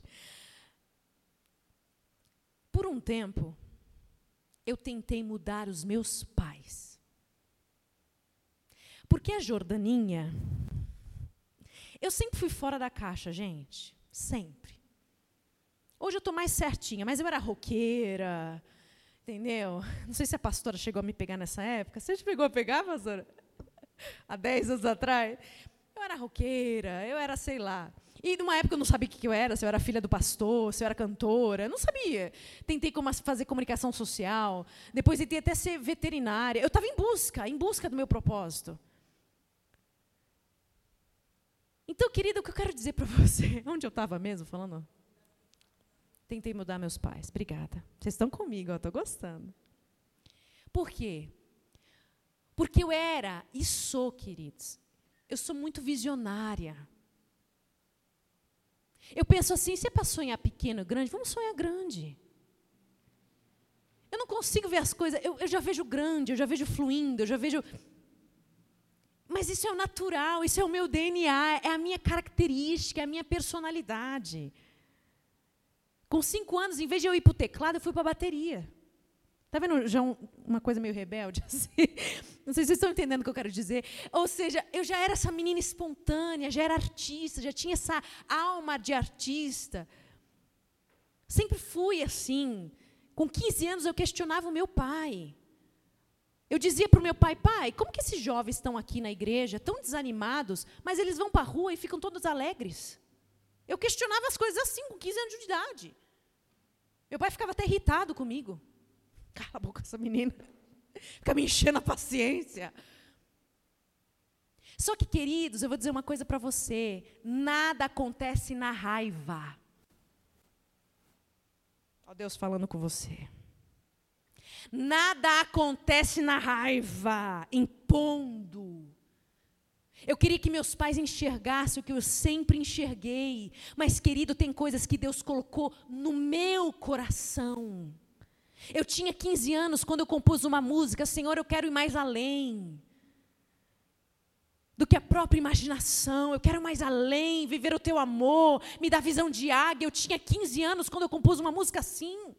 Por um tempo, eu tentei mudar os meus pais. Porque a Jordaninha... Eu sempre fui fora da caixa, gente. Sempre. Hoje eu estou mais certinha, mas eu era roqueira, entendeu? Não sei se a pastora chegou a me pegar nessa época. Você te pegou a pegar, pastora? Há 10 anos atrás? Eu era roqueira, eu era, sei lá. E numa época eu não sabia o que eu era, se eu era filha do pastor, se eu era cantora, eu não sabia. Tentei fazer comunicação social, depois tentei até ser veterinária. Eu estava em busca do meu propósito. Então, querida, o que eu quero dizer para você... Onde eu estava mesmo falando? Tentei mudar meus pais. Obrigada. Vocês estão comigo, estou gostando. Por quê? Porque eu era e sou, queridos. Eu sou muito visionária. Eu penso assim, se é para sonhar pequeno ou grande, vamos sonhar grande. Eu não consigo ver as coisas, eu já vejo grande, eu já vejo fluindo, eu já vejo... Mas isso é o natural, isso é o meu DNA, é a minha característica, é a minha personalidade. Com 5 anos, em vez de eu ir para o teclado, eu fui para a bateria. Está vendo já uma coisa meio rebelde? Assim? Não sei se vocês estão entendendo o que eu quero dizer. Ou seja, eu já era essa menina espontânea, já era artista, já tinha essa alma de artista. Sempre fui assim. Com 15 anos, eu questionava o meu pai. Eu dizia para o meu pai, pai, como que esses jovens estão aqui na igreja, tão desanimados, mas eles vão para a rua e ficam todos alegres? Eu questionava as coisas assim, com 15 anos de idade. Meu pai ficava até irritado comigo. Cala a boca, essa menina. Fica me enchendo a paciência. Só que, queridos, eu vou dizer uma coisa para você. Nada acontece na raiva. Ó Deus falando com você. Nada acontece na raiva, impondo. Eu queria que meus pais enxergassem o que eu sempre enxerguei. Mas, querido, tem coisas que Deus colocou no meu coração. Eu tinha 15 anos quando eu compus uma música, Senhor, eu quero ir mais além do que a própria imaginação, eu quero mais além, viver o teu amor, me dá visão de águia. Eu tinha 15 anos quando eu compus uma música assim.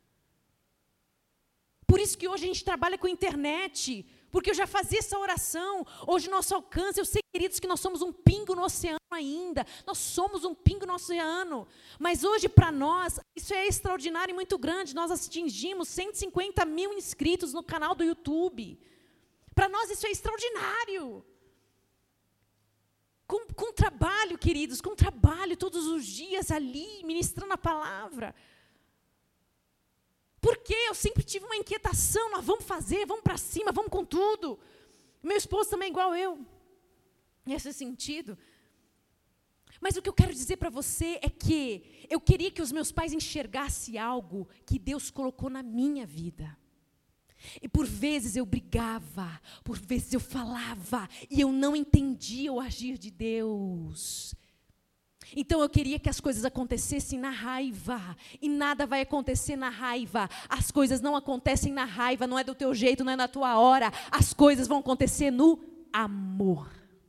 Por isso que hoje a gente trabalha com internet, porque eu já fazia essa oração. Hoje nosso alcance, eu sei, queridos, que nós somos um pingo no oceano ainda. Nós somos um pingo no oceano. Mas hoje, para nós, isso é extraordinário e muito grande. Nós atingimos 150 mil inscritos no canal do YouTube. Para nós isso é extraordinário. Com trabalho, queridos, com trabalho todos os dias ali, ministrando a palavra. Porque eu sempre tive uma inquietação, nós vamos fazer, vamos para cima, vamos com tudo. Meu esposo também é igual eu, nesse sentido. Mas o que eu quero dizer para você é que eu queria que os meus pais enxergassem algo que Deus colocou na minha vida. E por vezes eu brigava, por vezes eu falava, e eu não entendia o agir de Deus. Então eu queria que as coisas acontecessem na raiva, e nada vai acontecer na raiva. As coisas não acontecem na raiva, não é do teu jeito, não é na tua hora. As coisas vão acontecer no amor.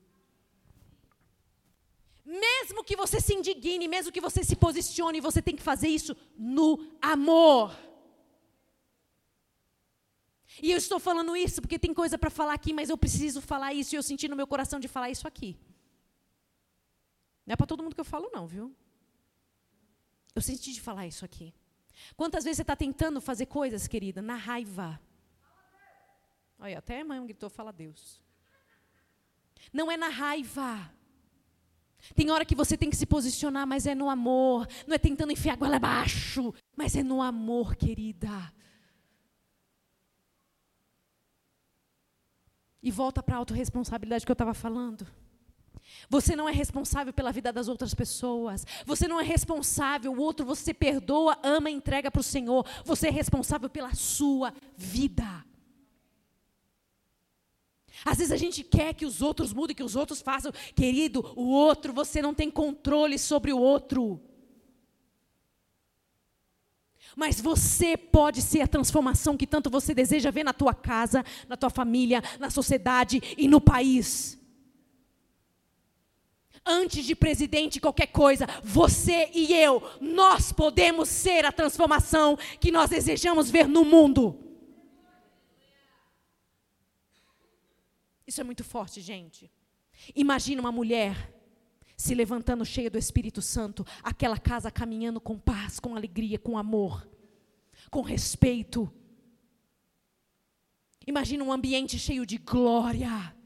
Mesmo que você se indigne, mesmo que você se posicione, você tem que fazer isso no amor. E eu estou falando isso porque tem coisa para falar aqui, mas eu preciso falar isso, e eu senti no meu coração de falar isso aqui. Não é para todo mundo que eu falo, não, viu? Eu senti de falar isso aqui. Quantas vezes você está tentando fazer coisas, querida, na raiva? Olha, até a irmã gritou, fala Deus. Não é na raiva. Tem hora que você tem que se posicionar, mas é no amor. Não é tentando enfiar a goela abaixo, mas é no amor, querida. E volta para a autorresponsabilidade que eu estava falando. Você não é responsável pela vida das outras pessoas. Você não é responsável. O outro você perdoa, ama e entrega para o Senhor. Você é responsável pela sua vida. Às vezes a gente quer que os outros mudem, que os outros façam. Querido, o outro, você não tem controle sobre o outro. Mas você pode ser a transformação que tanto você deseja ver na tua casa, na tua família, na sociedade e no país. Antes de presidente, qualquer coisa, você e eu, nós podemos ser a transformação que nós desejamos ver no mundo. Isso é muito forte, gente. Imagina uma mulher se levantando cheia do Espírito Santo, aquela casa caminhando com paz, com alegria, com amor, com respeito. Imagina um ambiente cheio de glória.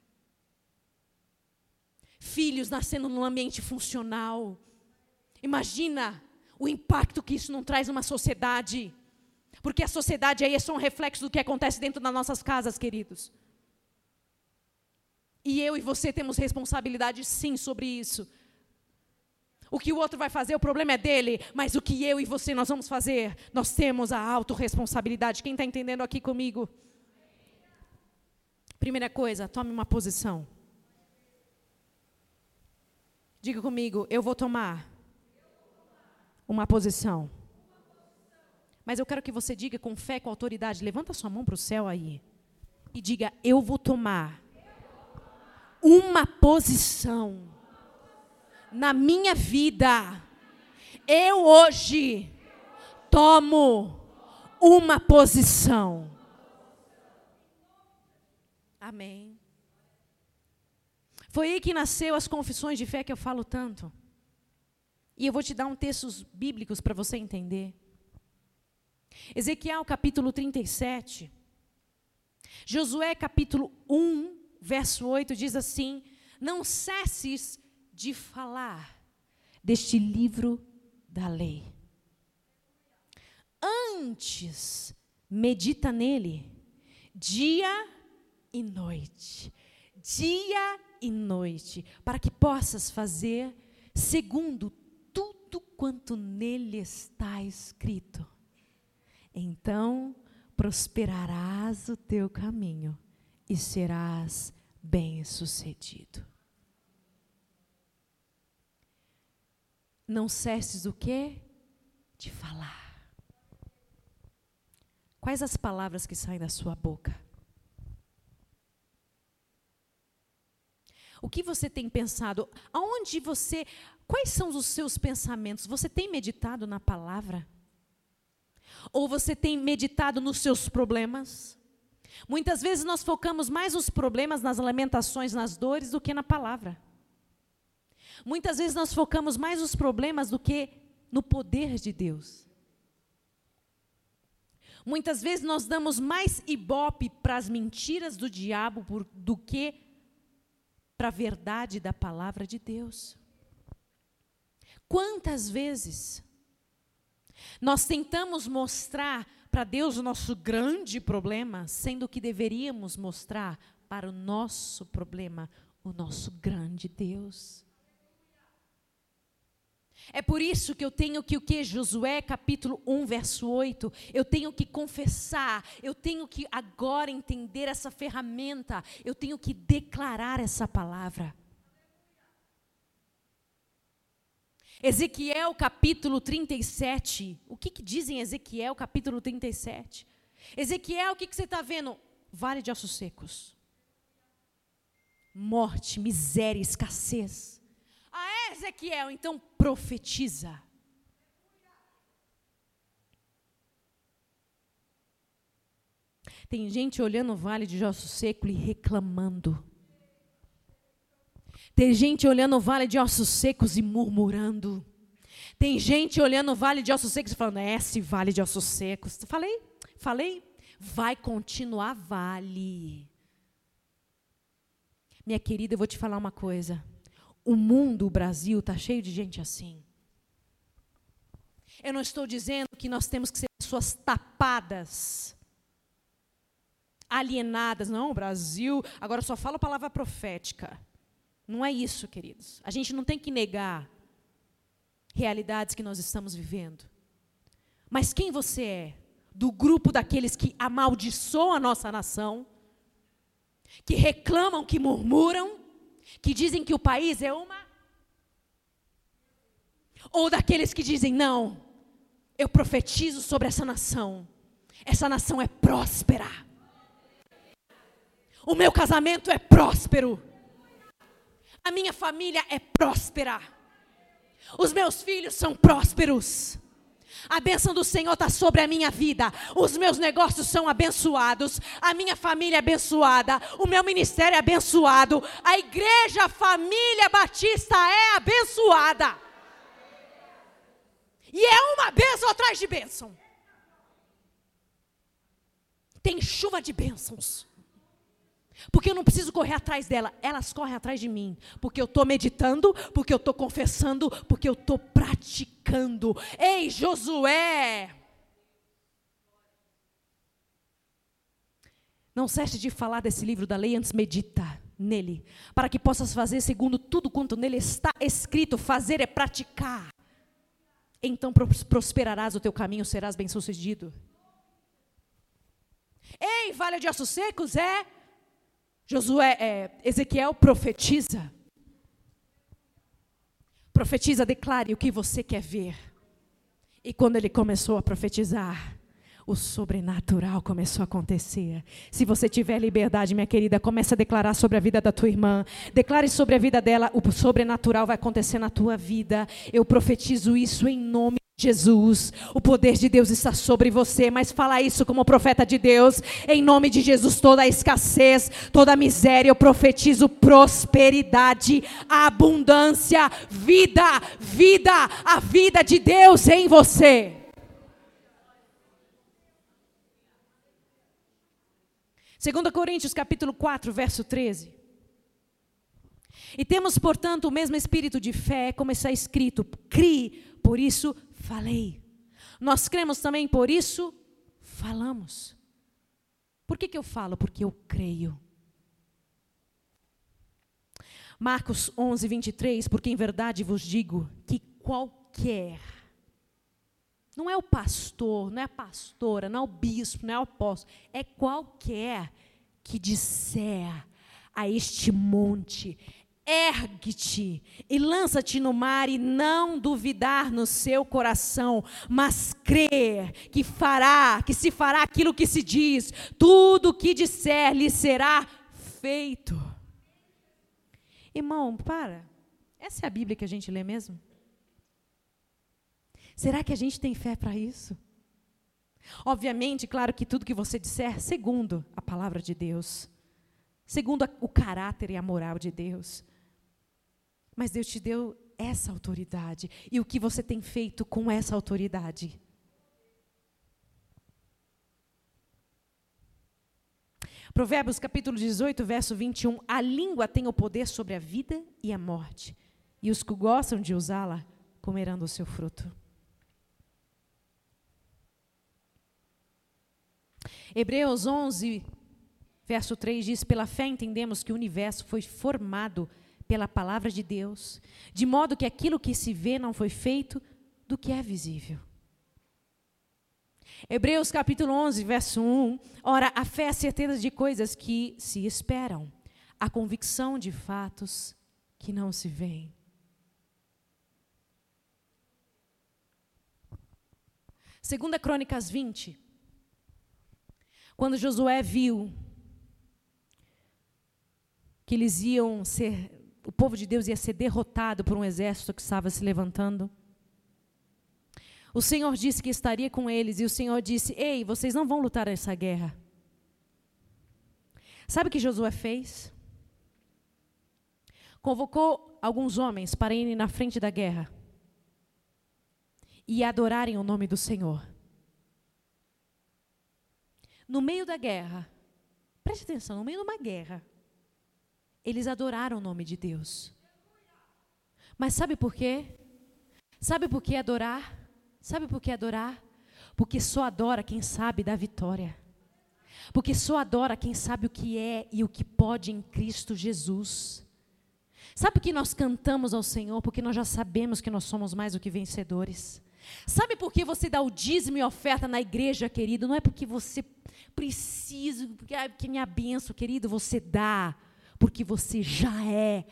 Filhos nascendo num ambiente funcional. Imagina o impacto que isso não traz numa sociedade. Porque a sociedade aí é só um reflexo do que acontece dentro das nossas casas, queridos. E eu e você temos responsabilidade sim sobre isso. O que o outro vai fazer, o problema é dele. Mas o que eu e você nós vamos fazer, nós temos a autorresponsabilidade. Quem está entendendo aqui comigo? Primeira coisa, tome uma posição. Diga comigo, eu vou tomar uma posição. Mas eu quero que você diga com fé, com autoridade. Levanta sua mão para o céu aí. E diga, eu vou tomar uma posição na minha vida. Eu hoje tomo uma posição. Amém. Foi aí que nasceu as confissões de fé que eu falo tanto. E eu vou te dar um textos bíblicos para você entender. Ezequiel capítulo 37. Josué capítulo 1, verso 8 diz assim: não cesses de falar deste livro da lei. Antes, medita nele, dia e noite. Dia e noite, para que possas fazer segundo tudo quanto nele está escrito. Então prosperarás o teu caminho e serás bem-sucedido. Não cesses o quê? De falar. Quais as palavras que saem da sua boca? O que você tem pensado? Quais são os seus pensamentos? Você tem meditado na palavra? Ou você tem meditado nos seus problemas? Muitas vezes nós focamos mais nos problemas, nas lamentações, nas dores, do que na palavra. Muitas vezes nós focamos mais nos problemas do que no poder de Deus. Muitas vezes nós damos mais ibope para as mentiras do diabo do que para a verdade da palavra de Deus. Quantas vezes nós tentamos mostrar para Deus o nosso grande problema, sendo que deveríamos mostrar para o nosso problema o nosso grande Deus. É por isso que eu tenho que Josué capítulo 1, verso 8, eu tenho que confessar, eu tenho que agora entender essa ferramenta, eu tenho que declarar essa palavra. Ezequiel capítulo 37, o que diz em Ezequiel capítulo 37? Ezequiel, o que você está vendo? Vale de ossos secos. Morte, miséria, escassez. Ah, é, Ezequiel? Então profetiza. Tem gente olhando o vale de ossos secos e reclamando. Tem gente olhando o vale de ossos secos e murmurando. Tem gente olhando o vale de ossos secos e falando, esse vale de ossos secos. Falei? Vai continuar vale. Minha querida, eu vou te falar uma coisa. O mundo, o Brasil, está cheio de gente assim. Eu não estou dizendo que nós temos que ser pessoas tapadas, alienadas. Não, o Brasil, agora só fala a palavra profética. Não é isso, queridos. A gente não tem que negar realidades que nós estamos vivendo. Mas quem você é? Do grupo daqueles que amaldiçoam a nossa nação, que reclamam, que murmuram, que dizem que o país é uma... Ou daqueles que dizem, não, Eu profetizo sobre essa nação. Essa nação é próspera. O meu casamento é próspero. A minha família é próspera. Os meus filhos são prósperos. A bênção do Senhor está sobre a minha vida. Os meus negócios são abençoados. A minha família é abençoada. O meu ministério é abençoado. A igreja, a família batista é abençoada. E é uma bênção atrás de bênção. Tem chuva de bênçãos. Porque eu não preciso correr atrás dela, elas correm atrás de mim. Porque eu estou meditando, porque eu estou confessando, porque eu estou praticando. Ei, Josué! Não cesse de falar desse livro da lei, antes medita nele. Para que possas fazer segundo tudo quanto nele está escrito. Fazer é praticar. Então prosperarás o teu caminho, serás bem-sucedido. Ei, vale de ossos secos, Ezequiel profetiza. Profetiza, declare o que você quer ver. E quando ele começou a profetizar, o sobrenatural começou a acontecer. Se você tiver liberdade, minha querida, comece a declarar sobre a vida da tua irmã. Declare sobre a vida dela, o sobrenatural vai acontecer na tua vida. Eu profetizo isso em nome de Jesus. O poder de Deus está sobre você, mas fala isso como profeta de Deus. Em nome de Jesus, toda a escassez, toda a miséria, eu profetizo prosperidade, abundância, vida, a vida de Deus em você. 2 Coríntios capítulo 4, verso 13. E temos, portanto, o mesmo espírito de fé, como está escrito, crie, por isso falei. Nós cremos também, por isso falamos. Por que eu falo? Porque eu creio. Marcos 11, 23, porque em verdade vos digo que qualquer, não é o pastor, não é a pastora, não é o bispo, não é o apóstolo, é qualquer que disser a este monte, ergue-te e lança-te no mar e não duvidar no seu coração, mas crer que se fará aquilo que se diz, tudo o que disser lhe será feito. Irmão, essa é a Bíblia que a gente lê mesmo? Será que a gente tem fé para isso? Obviamente, claro que tudo que você disser, segundo a palavra de Deus, segundo o caráter e a moral de Deus. Mas Deus te deu essa autoridade. E o que você tem feito com essa autoridade? Provérbios capítulo 18, verso 21. A língua tem o poder sobre a vida e a morte. E os que gostam de usá-la comerão do seu fruto. Hebreus 11, verso 3 diz, pela fé entendemos que o universo foi formado pela palavra de Deus, de modo que aquilo que se vê não foi feito do que é visível. Hebreus capítulo 11, verso 1, ora, a fé é a certeza de coisas que se esperam, a convicção de fatos que não se veem. Segunda Crônicas 20, quando Josué viu que eles iam ser, o povo de Deus ia ser derrotado por um exército que estava se levantando, o Senhor disse que estaria com eles, e o Senhor disse, ei, vocês não vão lutar essa guerra. Sabe o que Josué fez? Convocou alguns homens para irem na frente da guerra e adorarem o nome do Senhor. No meio da guerra, preste atenção, no meio de uma guerra, eles adoraram o nome de Deus. Mas sabe por quê? Sabe por que adorar? Sabe por que adorar? Porque só adora quem sabe da vitória. Porque só adora quem sabe o que é e o que pode em Cristo Jesus. Sabe por que nós cantamos ao Senhor? Porque nós já sabemos que nós somos mais do que vencedores. Sabe por que você dá o dízimo e oferta na igreja, querido? Não é porque você precisa, porque minha bênção, querido, você dá porque você já é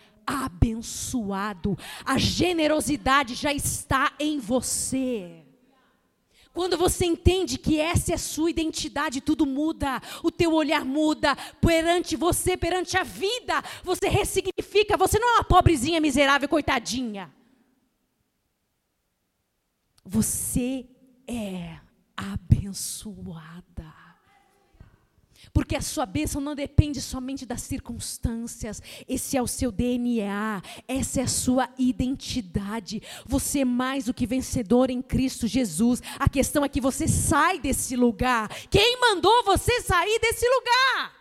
abençoado. A generosidade já está em você. Quando você entende que essa é a sua identidade, tudo muda. O teu olhar muda perante você, perante a vida. Você ressignifica. Você não é uma pobrezinha miserável, coitadinha. Você é abençoada. Porque a sua bênção não depende somente das circunstâncias. Esse é o seu DNA. Essa é a sua identidade. Você é mais do que vencedor em Cristo Jesus. A questão é que você sai desse lugar. Quem mandou você sair desse lugar?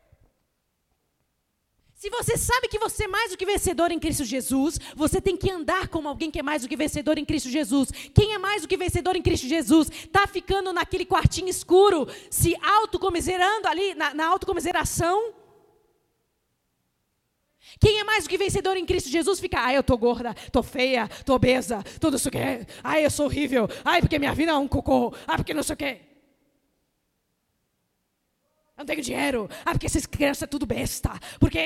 Se você sabe que você é mais do que vencedor em Cristo Jesus, você tem que andar como alguém que é mais do que vencedor em Cristo Jesus. Quem é mais do que vencedor em Cristo Jesus, está ficando naquele quartinho escuro, se autocomiserando ali, na autocomiseração. Quem é mais do que vencedor em Cristo Jesus, fica, eu tô gorda, tô feia, tô obesa, tudo isso que é. Eu sou horrível, porque minha vida é um cocô, porque não sei o quê. Eu não tenho dinheiro. Porque essas crianças é tudo besta. Porque...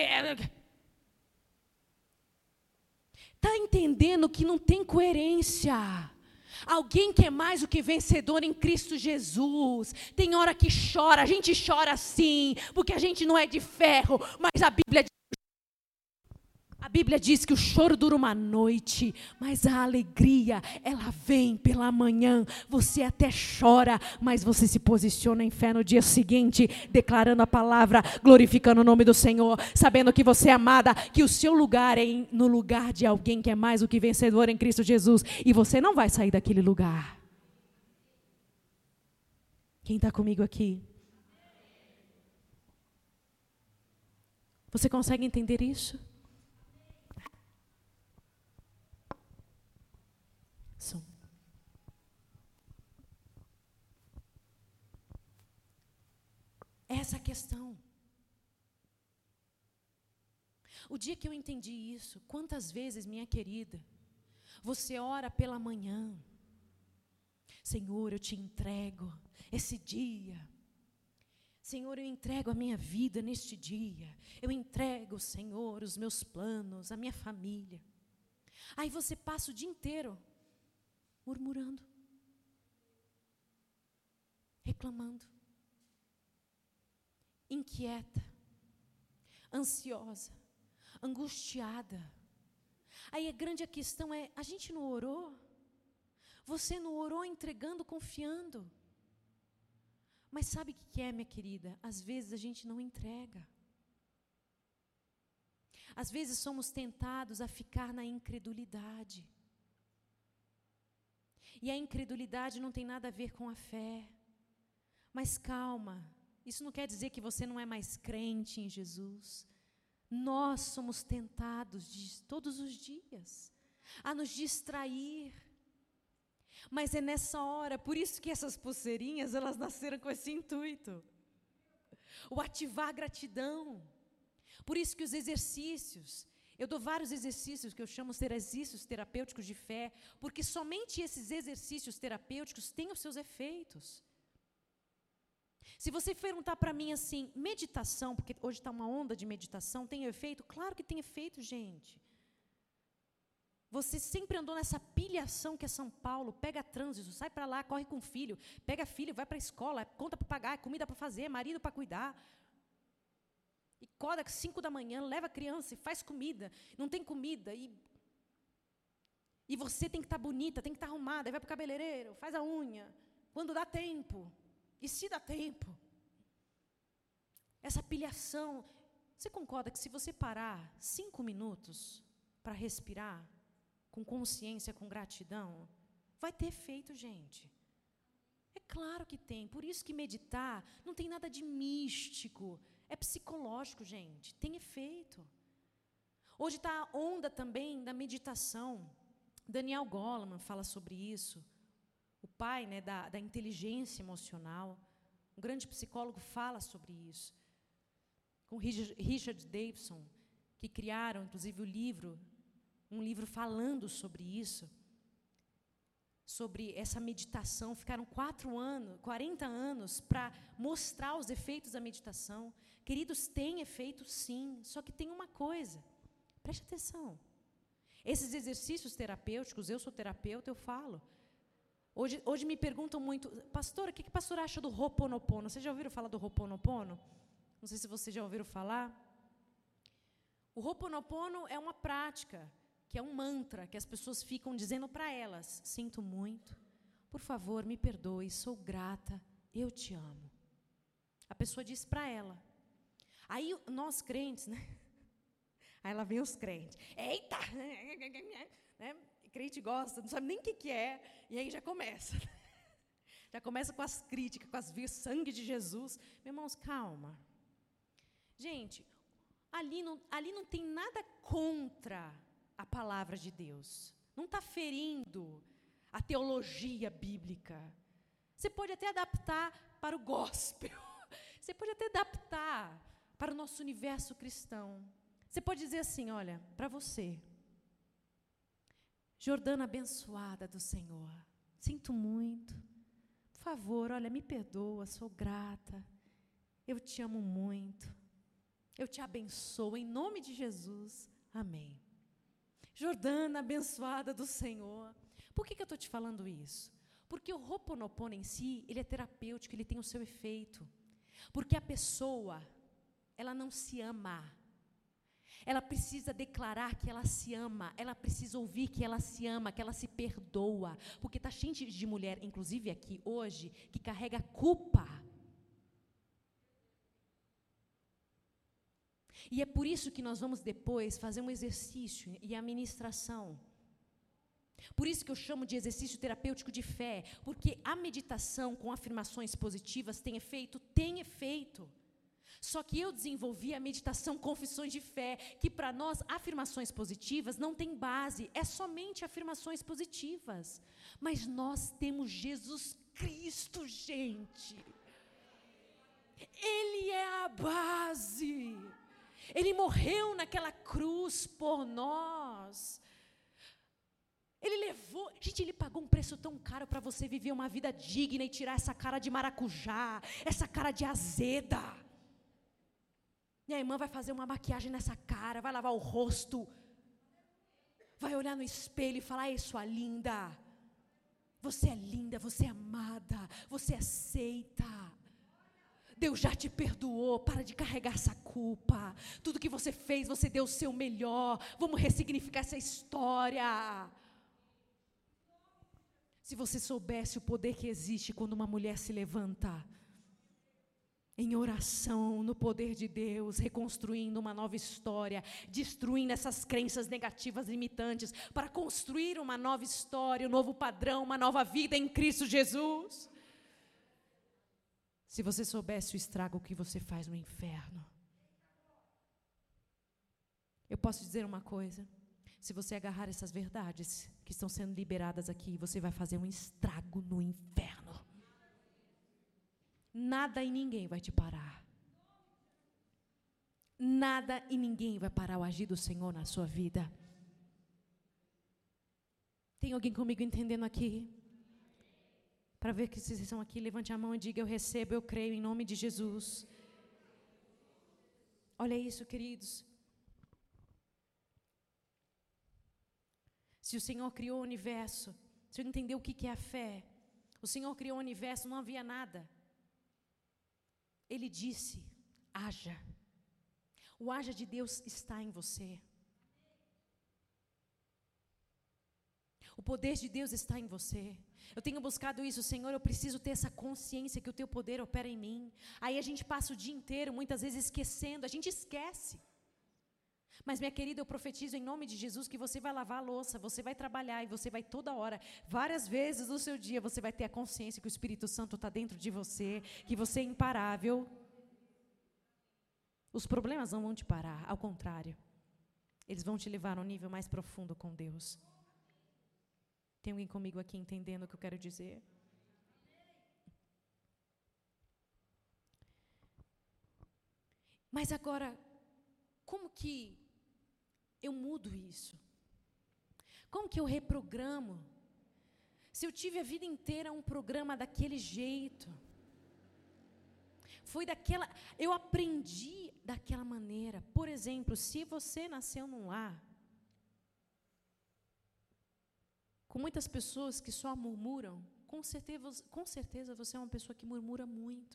Está entendendo que não tem coerência. Alguém que é mais do que vencedor em Cristo Jesus. Tem hora que chora. A gente chora sim. Porque a gente não é de ferro. Mas a Bíblia diz que o choro dura uma noite, mas a alegria, ela vem pela manhã. Você até chora, mas você se posiciona em fé no dia seguinte, declarando a palavra, glorificando o nome do Senhor, sabendo que você é amada, que o seu lugar é no lugar de alguém que é mais do que vencedor em Cristo Jesus, e você não vai sair daquele lugar. Quem está comigo aqui? Você consegue entender isso? Essa é a questão. O dia que eu entendi isso, quantas vezes, minha querida, você ora pela manhã, Senhor, eu te entrego esse dia. Senhor, eu entrego a minha vida neste dia. Eu entrego, Senhor, os meus planos, a minha família. Aí você passa o dia inteiro murmurando, reclamando, inquieta, ansiosa, angustiada. Aí a grande questão é, a gente não orou? Você não orou entregando, confiando? Mas sabe o que é, minha querida? Às vezes a gente não entrega. Às vezes somos tentados a ficar na incredulidade. E a incredulidade não tem nada a ver com a fé. Mas calma, isso não quer dizer que você não é mais crente em Jesus. Nós somos tentados todos os dias a nos distrair. Mas é nessa hora, por isso que essas pulseirinhas, elas nasceram com esse intuito. O ativar gratidão. Por isso que os exercícios, eu dou vários exercícios que eu chamo de exercícios terapêuticos de fé, porque somente esses exercícios terapêuticos têm os seus efeitos. Se você perguntar para mim assim, meditação, porque hoje está uma onda de meditação, tem efeito? Claro que tem efeito, gente. Você sempre andou nessa pilhação que é São Paulo, pega trânsito, sai para lá, corre com o filho, pega filho, vai para a escola, conta para pagar, comida para fazer, marido para cuidar. E acorda às 5 da manhã, leva a criança e faz comida, não tem comida, e você tem que estar bonita, tem que estar arrumada, aí vai para o cabeleireiro, faz a unha, quando dá tempo. E se dá tempo, essa pilhação, você concorda que se você parar 5 minutos para respirar, com consciência, com gratidão, vai ter efeito, gente? É claro que tem, por isso que meditar não tem nada de místico, é psicológico, gente, tem efeito. Hoje está a onda também da meditação, Daniel Goleman fala sobre isso. O pai, né, da inteligência emocional, um grande psicólogo, fala sobre isso. Com Richard Davidson, que criaram, inclusive, um livro falando sobre isso, sobre essa meditação. Ficaram 40 anos para mostrar os efeitos da meditação. Queridos, tem efeito sim, só que tem uma coisa, preste atenção. Esses exercícios terapêuticos, eu sou terapeuta, eu falo, Hoje me perguntam muito, pastora, o que a pastora acha do Ho'oponopono? Vocês já ouviram falar do Ho'oponopono? Não sei se vocês já ouviram falar. O Ho'oponopono é uma prática, que é um mantra, que as pessoas ficam dizendo para elas: sinto muito, por favor, me perdoe, sou grata, eu te amo. A pessoa diz para ela. Aí nós crentes, né? Aí lá vem os crentes. Eita! Né? Crente gosta, não sabe nem o que é, e aí já começa. Já começa com as críticas, com as vias, sangue de Jesus. Meus irmãos, calma. Gente, ali não tem nada contra a palavra de Deus. Não está ferindo a teologia bíblica. Você pode até adaptar para o gospel. Você pode até adaptar para o nosso universo cristão. Você pode dizer assim, olha, para você, Jordana abençoada do Senhor, sinto muito, por favor, olha, me perdoa, sou grata, eu te amo muito, eu te abençoo, em nome de Jesus, amém. Jordana abençoada do Senhor. Por que eu estou te falando isso? Porque o Ho'oponopono em si, ele é terapêutico, ele tem o seu efeito. Porque a pessoa, ela não se ama. Ela precisa declarar que ela se ama, ela precisa ouvir que ela se ama, que ela se perdoa, porque está cheio de mulher, inclusive aqui hoje, que carrega culpa. E é por isso que nós vamos depois fazer um exercício e a ministração. Por isso que eu chamo de exercício terapêutico de fé, porque a meditação com afirmações positivas tem efeito? Tem efeito. Só que eu desenvolvi a meditação confissões de fé, que para nós afirmações positivas não tem base, é somente afirmações positivas. Mas nós temos Jesus Cristo, gente. Ele é a base. Ele morreu naquela cruz por nós. Ele levou, gente, ele pagou um preço tão caro para você viver uma vida digna e tirar essa cara de maracujá, essa cara de azeda. Minha irmã vai fazer uma maquiagem nessa cara, vai lavar o rosto, vai olhar no espelho e falar: ei, sua linda, você é linda, você é amada, você é aceita. Deus já te perdoou, para de carregar essa culpa. Tudo que você fez, você deu o seu melhor. Vamos ressignificar essa história. Se você soubesse o poder que existe quando uma mulher se levanta em oração, no poder de Deus, reconstruindo uma nova história, destruindo essas crenças negativas limitantes, para construir uma nova história, um novo padrão, uma nova vida em Cristo Jesus. Se você soubesse o estrago que você faz no inferno. Eu posso dizer uma coisa: se você agarrar essas verdades que estão sendo liberadas aqui, você vai fazer um estrago no inferno. Nada e ninguém vai te parar. Nada e ninguém vai parar o agir do Senhor na sua vida. Tem alguém comigo entendendo aqui? Para ver que vocês estão aqui, levante a mão e diga: eu recebo, eu creio, em nome de Jesus. Olha isso, queridos. Se o Senhor criou o universo, se eu entender o que é a fé, o Senhor criou o universo, não havia nada. Ele disse: haja. O haja de Deus está em você. O poder de Deus está em você. Eu tenho buscado isso, Senhor, eu preciso ter essa consciência que o teu poder opera em mim. Aí a gente passa o dia inteiro, muitas vezes esquecendo, a gente esquece. Mas, minha querida, eu profetizo em nome de Jesus que você vai lavar a louça, você vai trabalhar e você vai toda hora, várias vezes no seu dia, você vai ter a consciência que o Espírito Santo está dentro de você, que você é imparável. Os problemas não vão te parar, ao contrário, eles vão te levar a um nível mais profundo com Deus. Tem alguém comigo aqui entendendo o que eu quero dizer? Mas agora, como que eu mudo isso? Como que eu reprogramo? Se eu tive a vida inteira um programa daquele jeito, eu aprendi daquela maneira. Por exemplo, se você nasceu num lar com muitas pessoas que só murmuram, com certeza você é uma pessoa que murmura muito.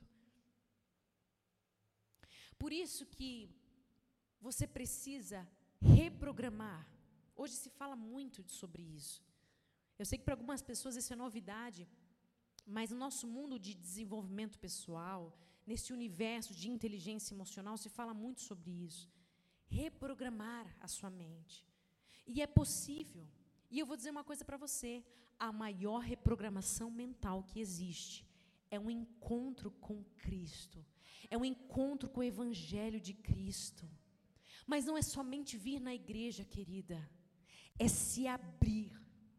Por isso que você precisa reprogramar. Hoje se fala muito sobre isso. Eu sei que para algumas pessoas isso é novidade, mas no nosso mundo de desenvolvimento pessoal, nesse universo de inteligência emocional, se fala muito sobre isso. Reprogramar a sua mente. E é possível. E eu vou dizer uma coisa para você. A maior reprogramação mental que existe é um encontro com Cristo. É um encontro com o Evangelho de Cristo. Mas não é somente vir na igreja, querida. É se abrir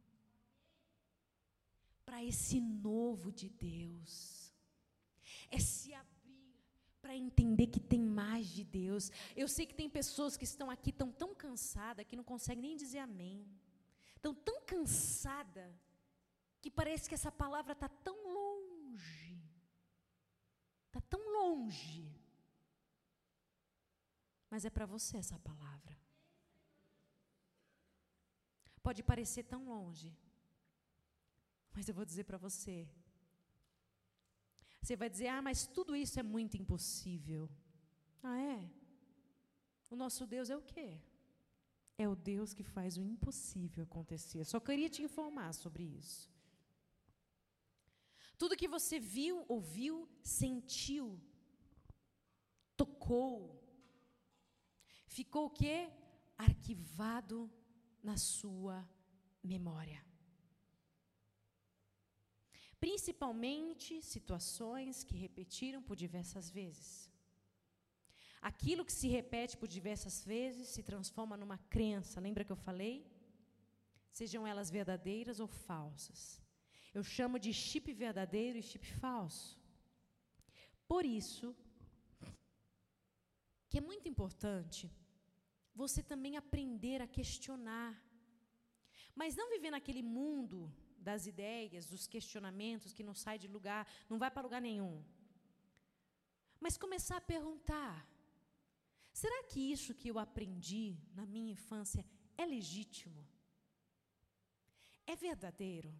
para esse novo de Deus. É se abrir para entender que tem mais de Deus. Eu sei que tem pessoas que estão aqui, estão tão cansadas, que não conseguem nem dizer amém. Estão tão cansadas, que parece que essa palavra está tão longe. Está tão longe. Mas é para você essa palavra. Pode parecer tão longe, mas eu vou dizer para você. Você vai dizer, mas tudo isso é muito impossível. É? O nosso Deus é o quê? É o Deus que faz o impossível acontecer. Só queria te informar sobre isso. Tudo que você viu, ouviu, sentiu, tocou, ficou o quê? Arquivado na sua memória. Principalmente situações que repetiram por diversas vezes. Aquilo que se repete por diversas vezes se transforma numa crença. Lembra que eu falei? Sejam elas verdadeiras ou falsas. Eu chamo de chip verdadeiro e chip falso. Por isso, que é muito importante você também aprender a questionar. Mas não viver naquele mundo das ideias, dos questionamentos, que não sai de lugar, não vai para lugar nenhum. Mas começar a perguntar, será que isso que eu aprendi na minha infância é legítimo? É verdadeiro?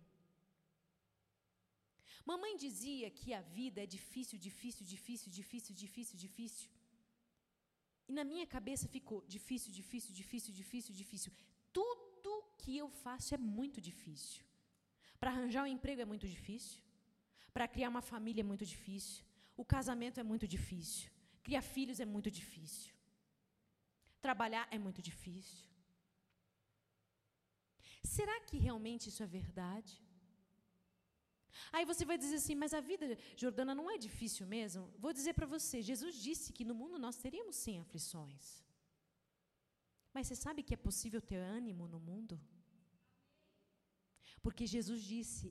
Mamãe dizia que a vida é difícil, difícil, difícil, difícil, difícil, difícil. E na minha cabeça ficou difícil, difícil, difícil, difícil, difícil. Tudo que eu faço é muito difícil. Para arranjar um emprego é muito difícil. Para criar uma família é muito difícil. O casamento é muito difícil. Criar filhos é muito difícil. Trabalhar é muito difícil. Será que realmente isso é verdade? Aí você vai dizer assim, mas a vida, Jordana, não é difícil mesmo? Vou dizer para você, Jesus disse que no mundo nós teríamos sim aflições. Mas você sabe que é possível ter ânimo no mundo? Porque Jesus disse,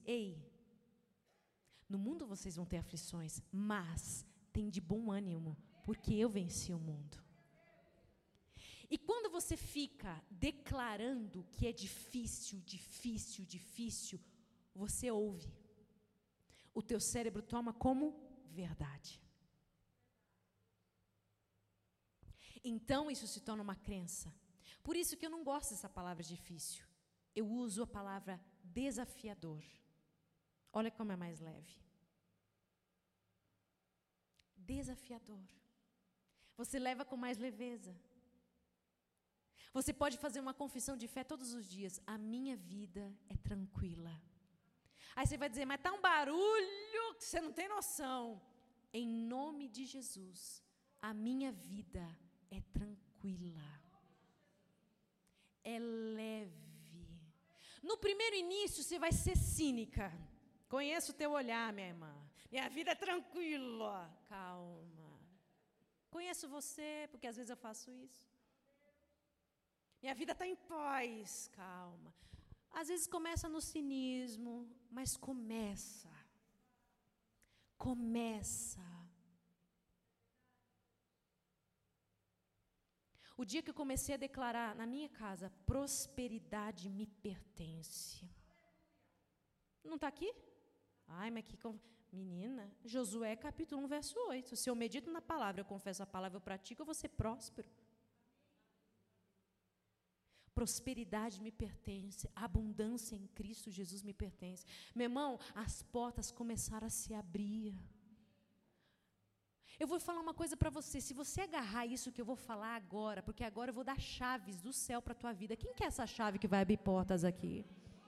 no mundo vocês vão ter aflições, mas tem de bom ânimo, porque eu venci o mundo. E quando você fica declarando que é difícil, difícil, difícil, você ouve. O teu cérebro toma como verdade. Então, isso se torna uma crença. Por isso que eu não gosto dessa palavra difícil. Eu uso a palavra desafiador. Olha como é mais leve. Desafiador. Você leva com mais leveza. Você pode fazer uma confissão de fé todos os dias. A minha vida é tranquila. Aí você vai dizer, mas está um barulho que você não tem noção. Em nome de Jesus, a minha vida é tranquila. É leve. No primeiro início, você vai ser cínica. Conheço o teu olhar, minha irmã. Minha vida é tranquila. Calma. Conheço você, porque às vezes eu faço isso. Minha vida está em paz. Calma. Às vezes começa no cinismo, mas começa. O dia que eu comecei a declarar na minha casa, prosperidade me pertence. Não está aqui? Ai, mas que... Menina, Josué capítulo 1, verso 8. Se eu medito na palavra, eu confesso a palavra, eu pratico, eu vou ser próspero. prosperidade me pertence, a abundância em Cristo Jesus me pertence. Meu irmão, as portas começaram a se abrir. Eu vou falar uma coisa para você, se você agarrar isso que eu vou falar agora, porque agora eu vou dar chaves do céu para a tua vida. Quem quer essa chave que vai abrir portas aqui?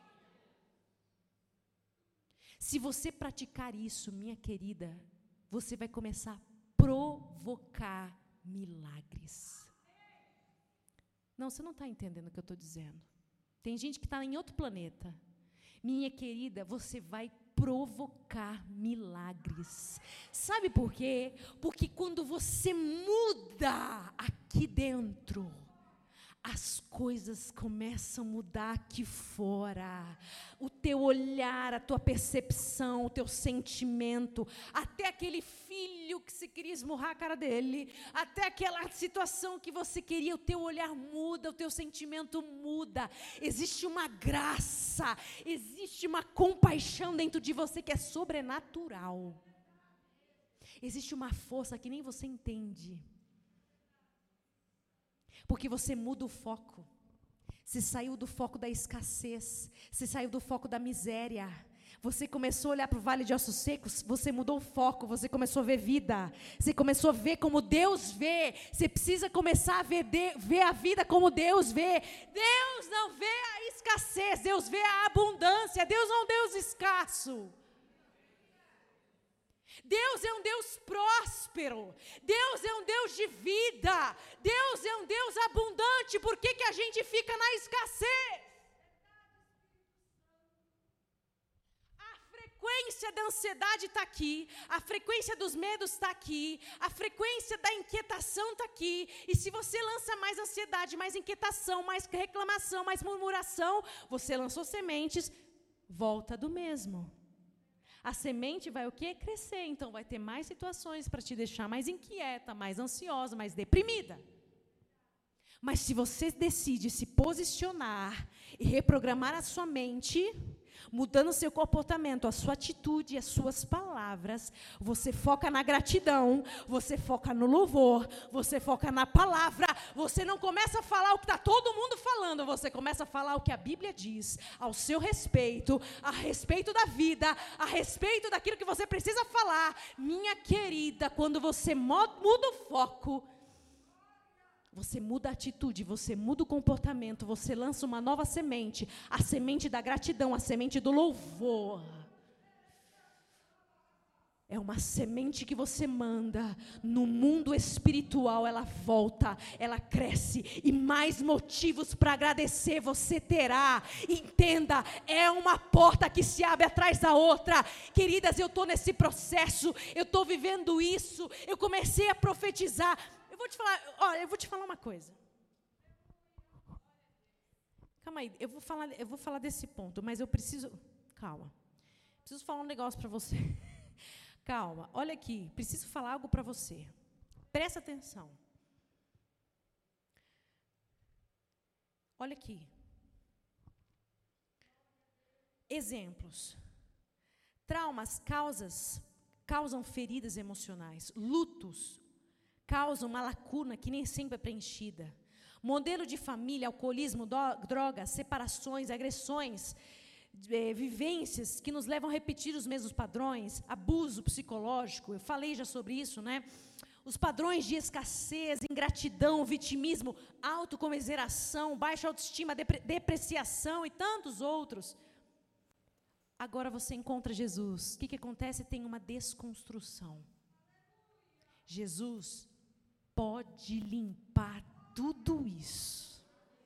Se você praticar isso, minha querida, você vai começar a provocar milagres. Não, você não está entendendo o que eu estou dizendo. Tem gente que está em outro planeta. Minha querida, você vai provocar milagres. Sabe por quê? Porque quando você muda aqui dentro, as coisas começam a mudar aqui fora. O teu olhar, a tua percepção, o teu sentimento, até aquele filho que você queria esmurrar a cara dele, até aquela situação que você queria, o teu olhar muda, o teu sentimento muda. Existe uma graça, existe uma compaixão dentro de você que é sobrenatural. Existe uma força que nem você entende. Porque você muda o foco. Você saiu do foco da escassez. Você saiu do foco da miséria. Você começou a olhar para o vale de ossos secos. Você mudou o foco. Você começou a ver vida. Você começou a ver como Deus vê. Você precisa começar a ver a vida como Deus vê. Deus não vê a escassez. Deus vê a abundância. Deus não é um Deus escasso. Deus é um Deus próspero, Deus é um Deus de vida, Deus é um Deus abundante. Por que a gente fica na escassez? A frequência da ansiedade está aqui, a frequência dos medos está aqui, a frequência da inquietação está aqui. E se você lança mais ansiedade, mais inquietação, mais reclamação, mais murmuração, você lançou sementes, volta do mesmo. A semente vai o quê? Crescer, então vai ter mais situações para te deixar mais inquieta, mais ansiosa, mais deprimida. Mas se você decide se posicionar e reprogramar a sua mente, mudando o seu comportamento, a sua atitude, as suas palavras, você foca na gratidão, você foca no louvor, você foca na palavra, você não começa a falar o que está todo mundo falando, você começa a falar o que a Bíblia diz, ao seu respeito, a respeito da vida, a respeito daquilo que você precisa falar. Minha querida, quando você muda o foco, você muda a atitude, você muda o comportamento, você lança uma nova semente, a semente da gratidão, a semente do louvor. É uma semente que você manda no mundo espiritual, ela volta, ela cresce, e mais motivos para agradecer você terá. Entenda, é uma porta que se abre atrás da outra. Queridas, eu estou nesse processo, eu estou vivendo isso, eu comecei a profetizar. Eu vou te falar uma coisa. Calma aí, eu vou falar desse ponto, mas eu preciso... Calma. Preciso falar um negócio para você. Calma, olha aqui, preciso falar algo para você. Presta atenção. Olha aqui. Exemplos. Traumas causam feridas emocionais. Lutos causam uma lacuna que nem sempre é preenchida. Modelo de família, alcoolismo, drogas, separações, agressões, vivências que nos levam a repetir os mesmos padrões, abuso psicológico, eu falei já sobre isso, né? Os padrões de escassez, ingratidão, vitimismo, autocomiseração, baixa autoestima, depreciação e tantos outros. Agora você encontra Jesus. O que acontece? Tem uma desconstrução. Jesus pode limpar tudo isso.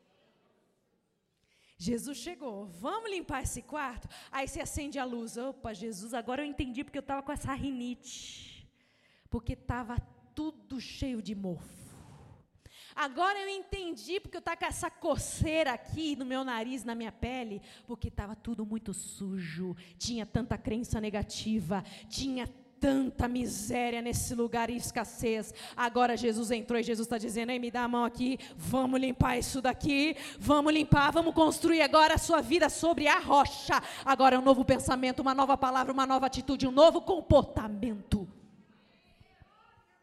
Jesus chegou, vamos limpar esse quarto? Aí você acende a luz. Opa, Jesus, agora eu entendi porque eu estava com essa rinite. Porque estava tudo cheio de mofo. Agora eu entendi porque eu estava com essa coceira aqui no meu nariz, na minha pele. Porque estava tudo muito sujo. Tinha tanta crença negativa. Tinha tanta miséria nesse lugar e escassez. Agora Jesus entrou e Jesus está dizendo: ei, me dá a mão aqui, vamos limpar isso daqui, vamos limpar, vamos construir agora a sua vida sobre a rocha. Agora é um novo pensamento, uma nova palavra, uma nova atitude, um novo comportamento.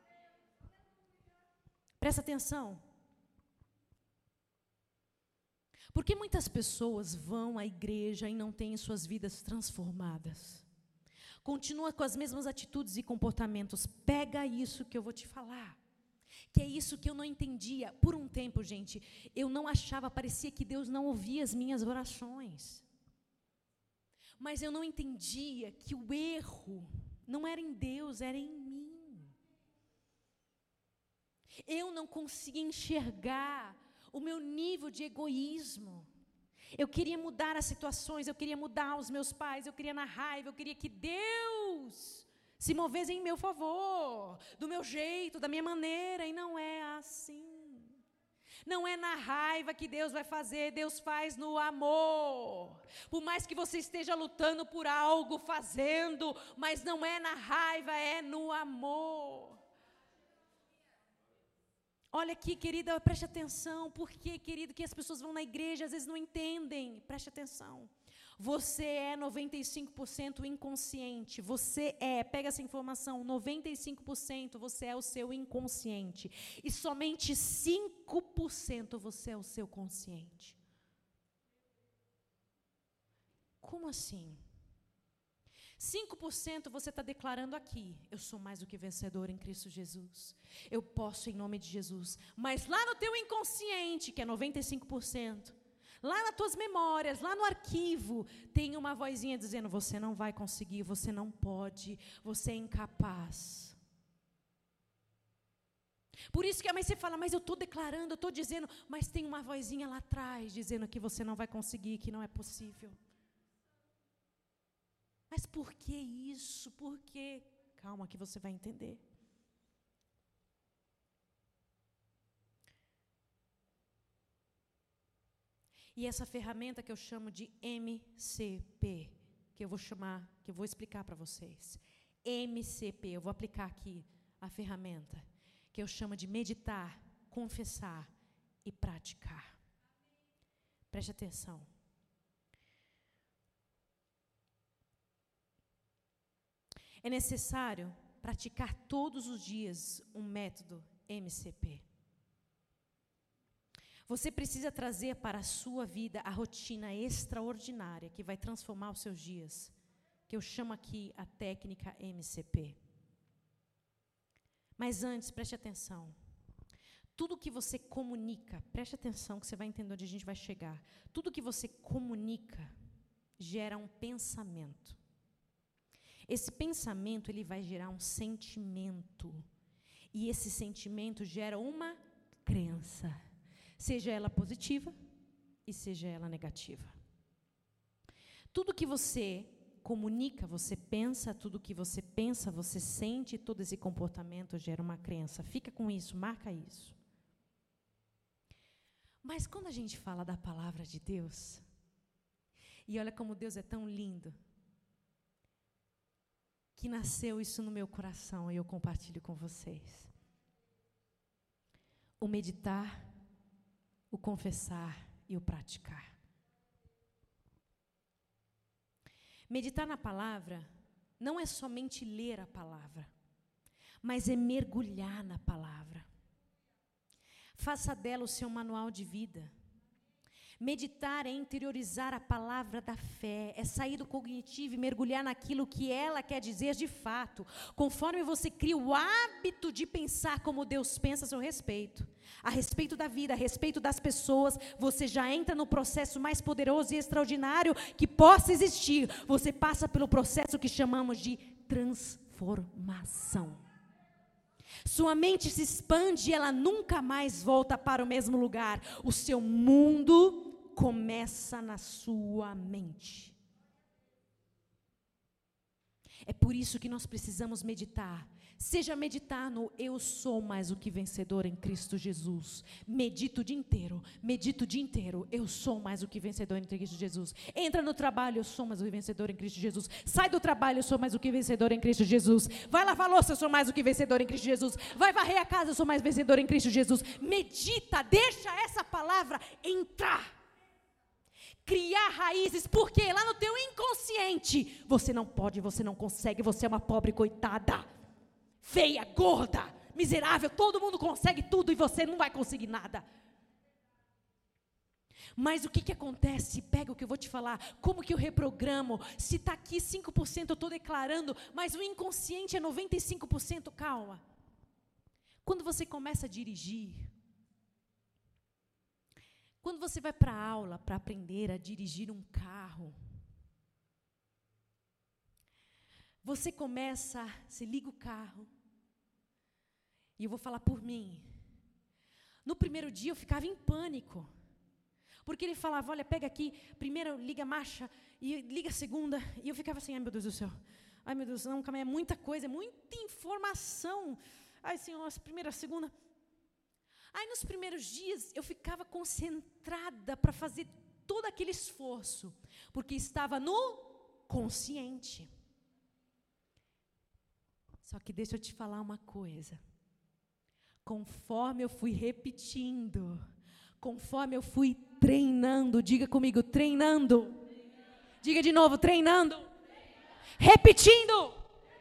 Presta atenção. Porque muitas pessoas vão à igreja e não têm suas vidas transformadas. Continua com as mesmas atitudes e comportamentos. Pega isso que eu vou te falar. Que é isso que eu não entendia. Por um tempo, gente, eu não achava, parecia que Deus não ouvia as minhas orações. Mas eu não entendia que o erro não era em Deus, era em mim. Eu não conseguia enxergar o meu nível de egoísmo. Eu queria mudar as situações, eu queria mudar os meus pais, eu queria na raiva, eu queria que Deus se movesse em meu favor, do meu jeito, da minha maneira, e não é assim. Não é na raiva que Deus vai fazer, Deus faz no amor. Por mais que você esteja lutando por algo, fazendo, mas não é na raiva, é no amor. Olha aqui, querida, preste atenção. Por que, querido, que as pessoas vão na igreja, às vezes não entendem? Preste atenção. Você é 95% inconsciente. Pega essa informação, 95% você é o seu inconsciente. E somente 5% você é o seu consciente. Como assim? 5% você está declarando aqui, eu sou mais do que vencedor em Cristo Jesus. Eu posso em nome de Jesus. Mas lá no teu inconsciente, que é 95%, lá nas tuas memórias, lá no arquivo, tem uma vozinha dizendo, você não vai conseguir, você não pode, você é incapaz. Por isso que você fala, mas eu estou declarando, eu estou dizendo, mas tem uma vozinha lá atrás, dizendo que você não vai conseguir, que não é possível. Mas por que isso? Por quê? Calma que você vai entender. E essa ferramenta que eu chamo de MCP, que eu vou explicar para vocês. MCP, eu vou aplicar aqui a ferramenta, que eu chamo de meditar, confessar e praticar. Preste atenção. É necessário praticar todos os dias um método MCP. Você precisa trazer para a sua vida a rotina extraordinária que vai transformar os seus dias, que eu chamo aqui a técnica MCP. Mas antes, preste atenção. Tudo que você comunica, preste atenção que você vai entender onde a gente vai chegar. Tudo que você comunica gera um pensamento. Esse pensamento, ele vai gerar um sentimento. E esse sentimento gera uma crença. Seja ela positiva e seja ela negativa. Tudo que você comunica, você pensa, tudo que você pensa, você sente, todo esse comportamento gera uma crença. Fica com isso, marca isso. Mas quando a gente fala da palavra de Deus, e olha como Deus é tão lindo, que nasceu isso no meu coração e eu compartilho com vocês. O meditar, o confessar e o praticar. Meditar na palavra não é somente ler a palavra, mas é mergulhar na palavra. Faça dela o seu manual de vida. Meditar é interiorizar a palavra da fé, é sair do cognitivo e mergulhar naquilo que ela quer dizer de fato. Conforme você cria o hábito de pensar como Deus pensa a seu respeito, a respeito da vida, a respeito das pessoas, você já entra no processo mais poderoso e extraordinário que possa existir. Você passa pelo processo que chamamos de transformação. Sua mente se expande e ela nunca mais volta para o mesmo lugar. O seu mundo começa na sua mente. É por isso que nós precisamos meditar. Seja meditar no eu sou mais do que vencedor em Cristo Jesus. Medito o dia inteiro, eu sou mais do que vencedor em Cristo Jesus. Entra no trabalho, eu sou mais do que vencedor em Cristo Jesus. Sai do trabalho, eu sou mais do que vencedor em Cristo Jesus. Vai lavar louça, eu sou mais do que vencedor em Cristo Jesus. Vai varrer a casa, eu sou mais vencedor em Cristo Jesus. Medita, deixa essa palavra entrar. Criar raízes, porque lá no teu inconsciente, você não pode, você não consegue, você é uma pobre coitada, feia, gorda, miserável, todo mundo consegue tudo e você não vai conseguir nada. Mas o que acontece? Pega o que eu vou te falar. Como que eu reprogramo? Se está aqui 5% eu estou declarando, mas o inconsciente é 95%, calma. Quando você começa a dirigir, quando você vai para a aula para aprender a dirigir um carro, você liga o carro, e eu vou falar por mim. No primeiro dia eu ficava em pânico, porque ele falava, olha, pega aqui, primeiro liga a marcha, e liga a segunda, e eu ficava assim, ai meu Deus do céu, ai meu Deus, não, calma aí, é muita coisa, é muita informação, ai Senhor, a primeira, a segunda. Aí nos primeiros dias eu ficava concentrada para fazer todo aquele esforço, porque estava no consciente. Só que deixa eu te falar uma coisa. Conforme eu fui repetindo, conforme eu fui treinando, diga comigo, treinando. Diga de novo, treinando. Repetindo.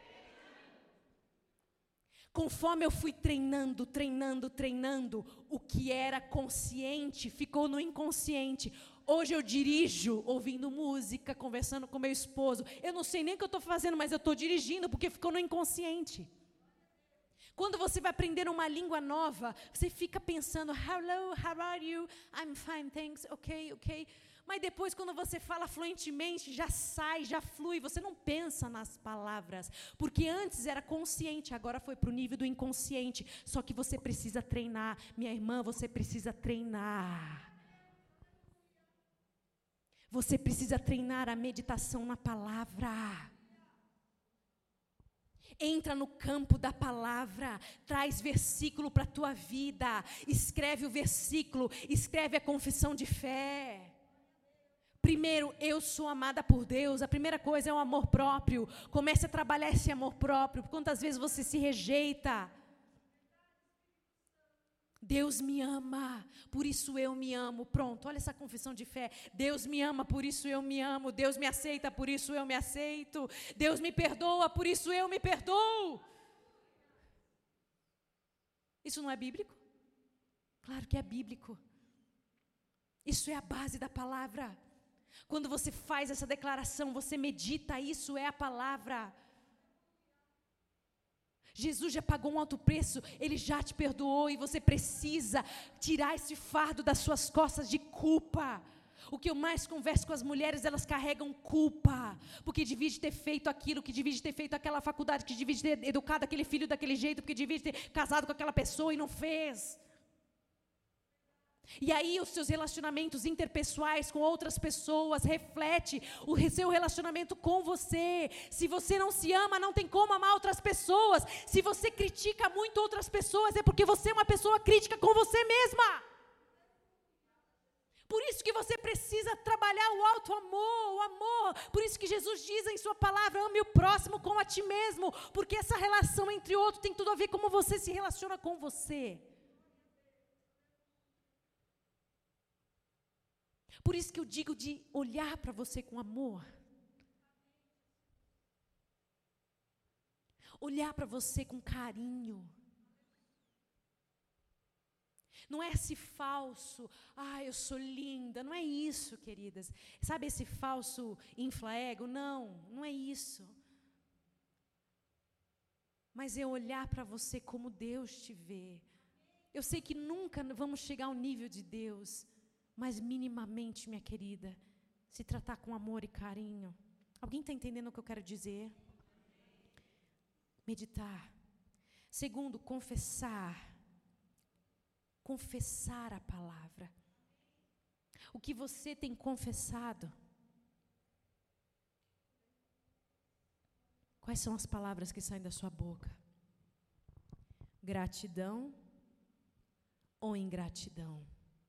Conforme eu fui treinando, o que era consciente ficou no inconsciente. Hoje eu dirijo ouvindo música, conversando com meu esposo. Eu não sei nem o que eu estou fazendo, mas eu estou dirigindo porque ficou no inconsciente. Quando você vai aprender uma língua nova, você fica pensando, hello, how are you? I'm fine, thanks, ok. Mas depois, quando você fala fluentemente, já sai, já flui, você não pensa nas palavras. Porque antes era consciente, agora foi para o nível do inconsciente. Só que você precisa treinar. Minha irmã, você precisa treinar. Você precisa treinar a meditação na palavra. Entra no campo da palavra, traz versículo para a tua vida, escreve o versículo, escreve a confissão de fé. Primeiro, eu sou amada por Deus. A primeira coisa é o amor próprio. Comece a trabalhar esse amor próprio. Quantas vezes você se rejeita? Deus me ama, por isso eu me amo. Pronto, olha essa confissão de fé. Deus me ama, por isso eu me amo. Deus me aceita, por isso eu me aceito. Deus me perdoa, por isso eu me perdoo. Isso não é bíblico? Claro que é bíblico. Isso é a base da palavra. Quando você faz essa declaração, você medita, isso é a palavra. Jesus já pagou um alto preço, Ele já te perdoou e você precisa tirar esse fardo das suas costas de culpa. O que eu mais converso com as mulheres, elas carregam culpa, porque devia ter feito aquilo, que devia ter feito aquela faculdade, que devia ter educado aquele filho daquele jeito, porque devia ter casado com aquela pessoa e não fez. E aí os seus relacionamentos interpessoais com outras pessoas reflete o seu relacionamento com você. Se você não se ama, não tem como amar outras pessoas. Se você critica muito outras pessoas, é porque você é uma pessoa crítica com você mesma. Por isso que você precisa trabalhar o alto amor, o amor. Por isso que Jesus diz em sua palavra, ame o próximo como a ti mesmo. Porque essa relação entre outros tem tudo a ver com como você se relaciona com você. Por isso que eu digo de olhar para você com amor. Olhar para você com carinho. Não é esse falso, eu sou linda, não é isso, queridas. Sabe esse falso infla-ego? Não é isso. Mas é olhar para você como Deus te vê. Eu sei que nunca vamos chegar ao nível de Deus, mas minimamente, minha querida, se tratar com amor e carinho. Alguém está entendendo o que eu quero dizer? Meditar. Segundo, confessar. Confessar a palavra. O que você tem confessado? Quais são as palavras que saem da sua boca? Gratidão ou ingratidão?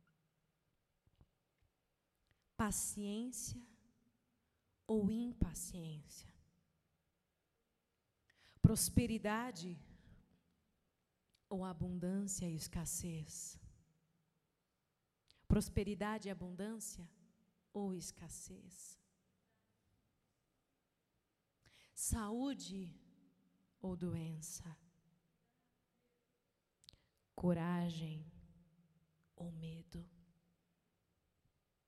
Paciência ou impaciência? Prosperidade ou abundância e escassez? Prosperidade e abundância ou escassez? Saúde ou doença? Coragem ou medo?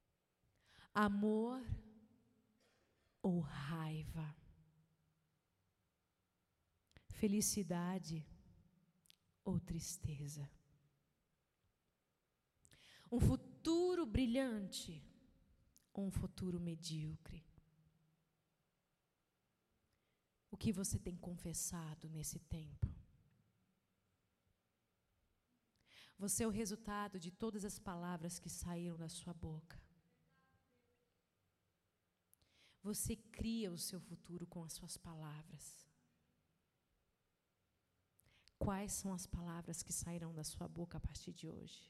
Amor ou raiva? Felicidade ou tristeza? Um futuro brilhante ou um futuro medíocre? O que você tem confessado nesse tempo? Você é o resultado de todas as palavras que saíram da sua boca. Você cria o seu futuro com as suas palavras. Quais são as palavras que sairão da sua boca a partir de hoje?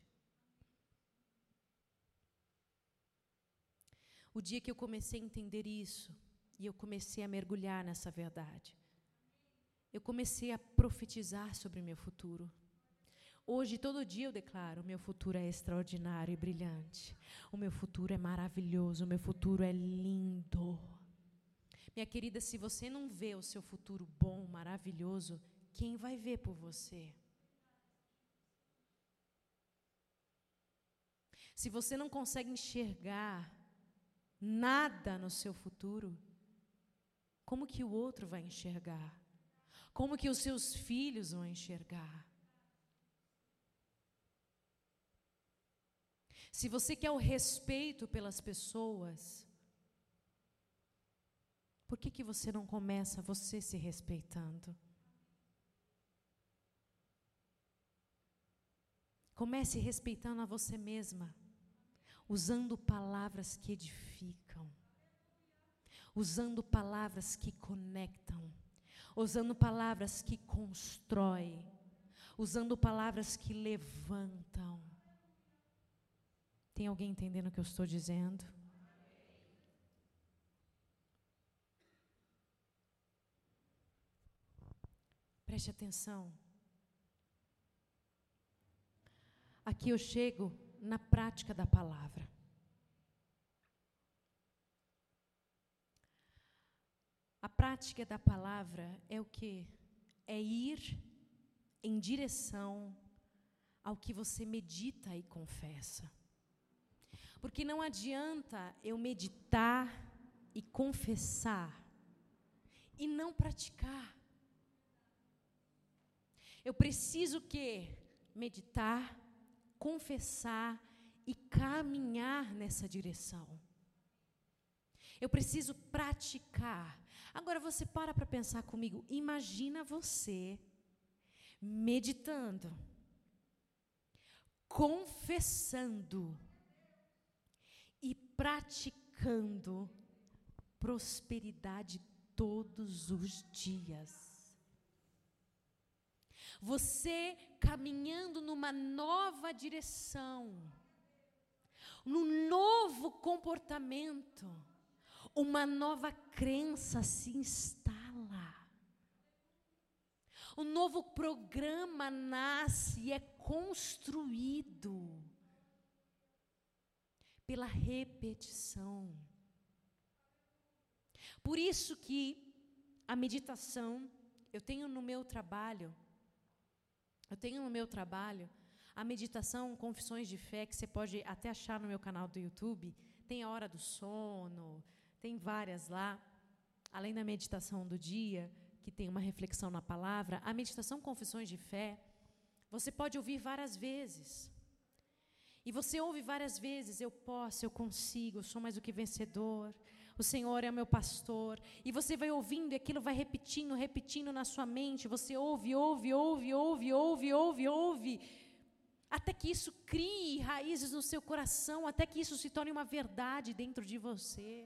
O dia que eu comecei a entender isso, e eu comecei a mergulhar nessa verdade, eu comecei a profetizar sobre o meu futuro. Hoje, todo dia eu declaro, o meu futuro é extraordinário e brilhante. O meu futuro é maravilhoso, o meu futuro é lindo. Minha querida, se você não vê o seu futuro bom, maravilhoso, quem vai ver por você? Se você não consegue enxergar nada no seu futuro, como que o outro vai enxergar? Como que os seus filhos vão enxergar? Se você quer o respeito pelas pessoas, por que você não começa você se respeitando? Comece respeitando a você mesma, usando palavras que edificam, usando palavras que conectam, usando palavras que constroem, usando palavras que levantam. Tem alguém entendendo o que eu estou dizendo? Preste atenção. Aqui eu chego na prática da palavra. A prática da palavra é o quê? É ir em direção ao que você medita e confessa. Porque não adianta eu meditar e confessar e não praticar. Eu preciso que meditar, confessar e caminhar nessa direção. Eu preciso praticar. Agora você para pensar comigo. Imagina você meditando, confessando e praticando prosperidade todos os dias. Você caminhando numa nova direção, num novo comportamento, uma nova crença se instala. Um novo programa nasce e é construído pela repetição. Por isso que a meditação, eu tenho no meu trabalho a meditação Confissões de Fé, que você pode até achar no meu canal do YouTube. Tem a hora do sono, tem várias lá. Além da meditação do dia, que tem uma reflexão na palavra, a meditação Confissões de Fé, você pode ouvir várias vezes. E você ouve várias vezes, eu posso, eu consigo, eu sou mais do que vencedor, o Senhor é meu pastor. E você vai ouvindo e aquilo vai repetindo na sua mente. Você ouve, até que isso crie raízes no seu coração, até que isso se torne uma verdade dentro de você.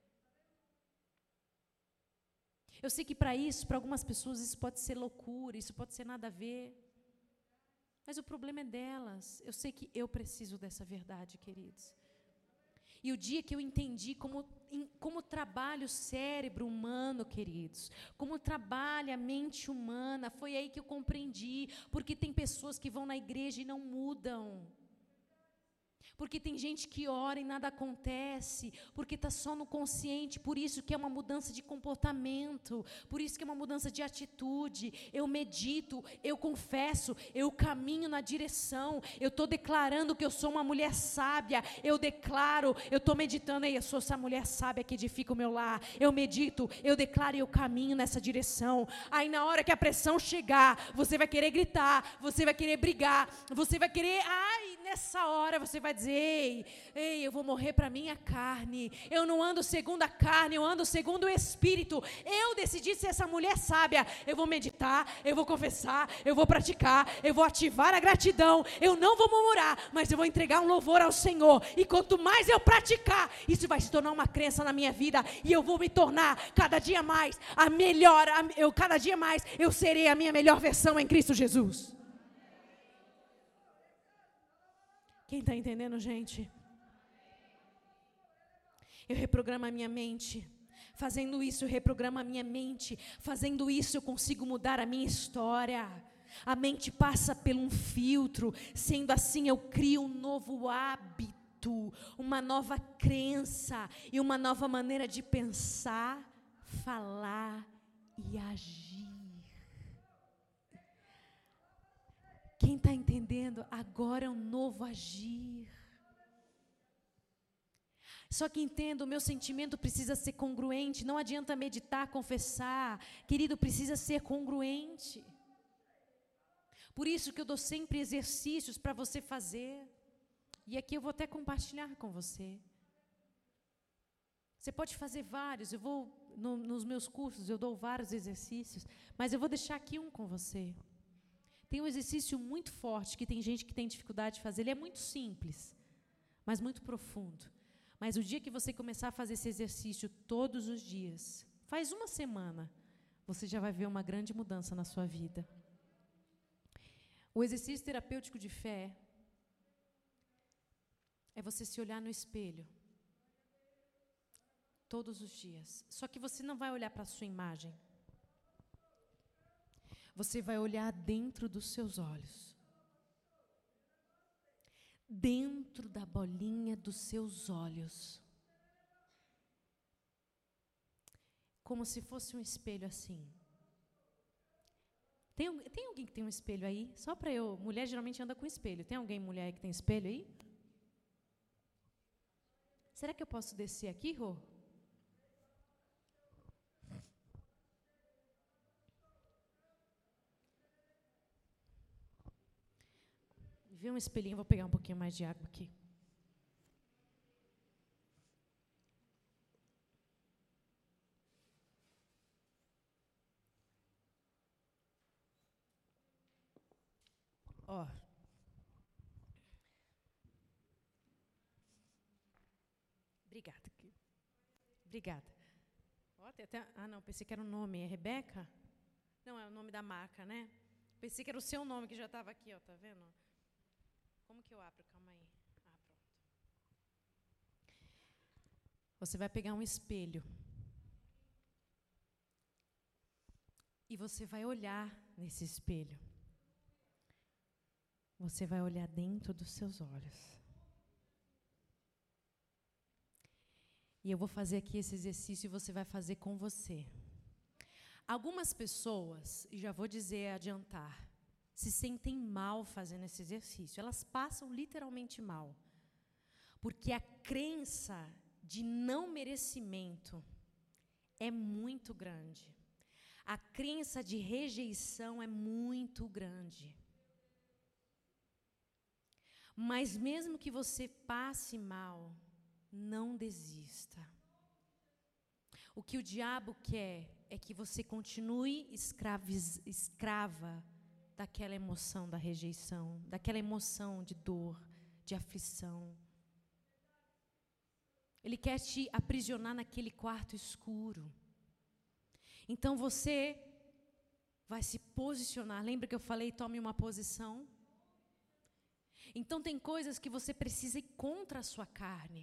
Eu sei que para algumas pessoas isso pode ser loucura, isso pode ser nada a ver. Mas o problema é delas. Eu sei que eu preciso dessa verdade, queridos. E o dia que eu entendi como trabalha o cérebro humano, queridos, como trabalha a mente humana, foi aí que eu compreendi, porque tem pessoas que vão na igreja e não mudam. Porque tem gente que ora e nada acontece, porque está só no consciente, por isso que é uma mudança de comportamento, por isso que é uma mudança de atitude. Eu medito, eu confesso, eu caminho na direção, eu estou declarando que eu sou uma mulher sábia, eu declaro, eu estou meditando, eu sou essa mulher sábia que edifica o meu lar, eu medito, eu declaro e eu caminho nessa direção. Aí na hora que a pressão chegar, você vai querer gritar, você vai querer brigar, você vai querer, nessa hora você vai dizer, ei, eu vou morrer para a minha carne, eu não ando segundo a carne, eu ando segundo o Espírito. Eu decidi ser essa mulher sábia, eu vou meditar, eu vou confessar, eu vou praticar, eu vou ativar a gratidão, eu não vou murmurar, mas eu vou entregar um louvor ao Senhor, e quanto mais eu praticar, isso vai se tornar uma crença na minha vida, e eu vou me tornar cada dia mais a melhor, cada dia mais eu serei a minha melhor versão em Cristo Jesus. Quem está entendendo, gente? Eu reprogramo a minha mente. Fazendo isso, eu reprogramo a minha mente. Fazendo isso, eu consigo mudar a minha história. A mente passa por um filtro. Sendo assim, eu crio um novo hábito, uma nova crença e uma nova maneira de pensar, falar e agir. Quem está entendendo? Agora é um novo agir. Só que entenda, o meu sentimento precisa ser congruente. Não adianta meditar, confessar. Querido, precisa ser congruente. Por isso que eu dou sempre exercícios para você fazer. E aqui eu vou até compartilhar com você. Você pode fazer vários. Eu vou, nos meus cursos, eu dou vários exercícios. Mas eu vou deixar aqui um com você. Tem um exercício muito forte, que tem gente que tem dificuldade de fazer. Ele é muito simples, mas muito profundo. Mas o dia que você começar a fazer esse exercício todos os dias, faz uma semana, você já vai ver uma grande mudança na sua vida. O exercício terapêutico de fé é você se olhar no espelho todos os dias. Só que você não vai olhar para a sua imagem. Você vai olhar dentro dos seus olhos. Dentro da bolinha dos seus olhos. Como se fosse um espelho assim. Tem alguém que tem um espelho aí? Só para eu... Mulher geralmente anda com espelho. Tem alguém, mulher, que tem espelho aí? Será que eu posso descer aqui, Rô? Vê um espelhinho, vou pegar um pouquinho mais de água aqui. Ó. Obrigada. Obrigada. Ó, tem até, não, pensei que era o nome. É Rebeca? Não, é o nome da marca, né? Pensei que era o seu nome que já estava aqui, ó, tá vendo? Como que eu abro? Calma aí. Pronto. Você vai pegar um espelho. E você vai olhar nesse espelho. Você vai olhar dentro dos seus olhos. E eu vou fazer aqui esse exercício e você vai fazer com você. Algumas pessoas, e já vou dizer, adiantar, se sentem mal fazendo esse exercício. Elas passam literalmente mal. Porque a crença de não merecimento é muito grande. A crença de rejeição é muito grande. Mas mesmo que você passe mal, não desista. O que o diabo quer é que você continue escrava daquela emoção da rejeição, daquela emoção de dor, de aflição. Ele quer te aprisionar naquele quarto escuro. Então você vai se posicionar. Lembra que eu falei, tome uma posição? Então tem coisas que você precisa ir contra a sua carne.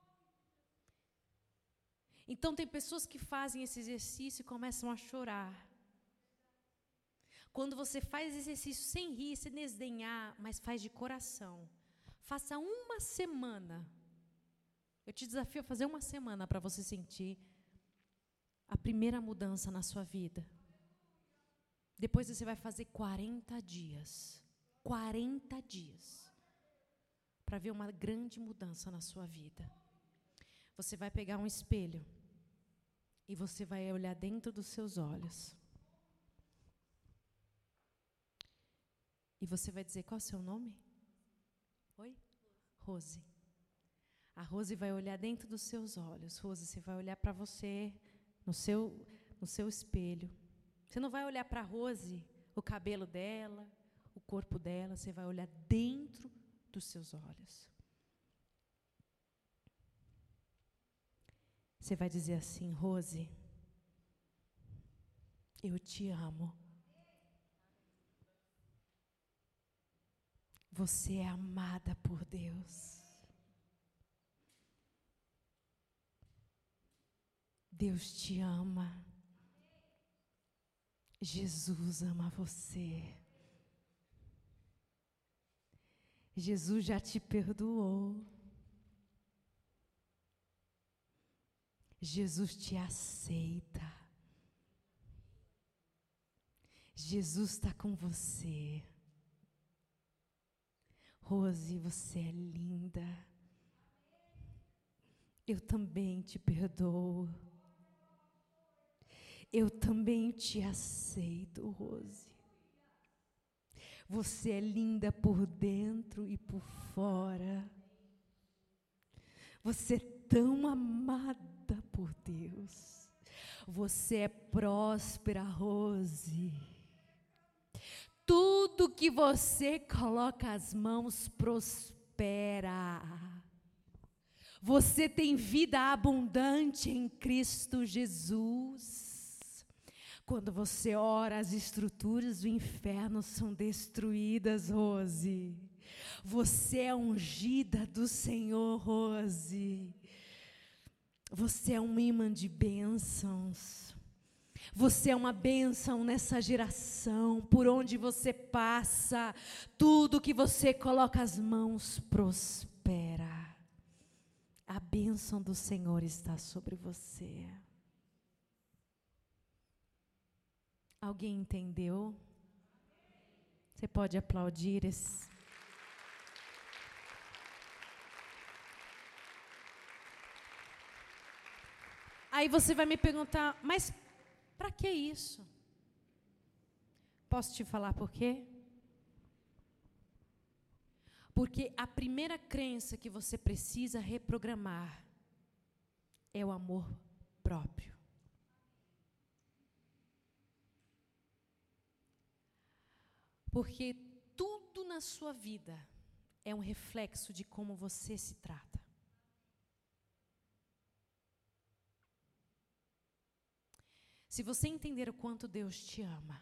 Então tem pessoas que fazem esse exercício e começam a chorar. Quando você faz exercício sem rir, sem desdenhar, mas faz de coração, Faça uma semana. Eu te desafio a fazer uma semana para você sentir a primeira mudança na sua vida. Depois você vai fazer 40 dias. 40 dias. Para ver uma grande mudança na sua vida. Você vai pegar um espelho e você vai olhar dentro dos seus olhos. E você vai dizer, qual é o seu nome? Oi? Rose. A Rose vai olhar dentro dos seus olhos. Rose, você vai olhar para você no seu espelho. Você não vai olhar para a Rose, o cabelo dela, o corpo dela. Você vai olhar dentro dos seus olhos. Você vai dizer assim, Rose, eu te amo. Você é amada por Deus. Deus te ama. Jesus ama você. Jesus já te perdoou. Jesus te aceita. Jesus está com você. Rose, você é linda. Eu também te perdoo. Eu também te aceito, Rose. Você é linda por dentro e por fora. Você é tão amada por Deus. Você é próspera, Rose. Tudo que você coloca as mãos prospera. Você tem vida abundante em Cristo Jesus. Quando você ora, as estruturas do inferno são destruídas, Rose. Você é ungida do Senhor, Rose. Você é um imã de bênçãos. Você é uma bênção nessa geração. Por onde você passa, tudo que você coloca as mãos prospera. A bênção do Senhor está sobre você. Alguém entendeu? Você pode aplaudir esse. Aí você vai me perguntar, mas para que isso? Posso te falar por quê? Porque a primeira crença que você precisa reprogramar é o amor próprio. Porque tudo na sua vida é um reflexo de como você se trata. Se você entender o quanto Deus te ama,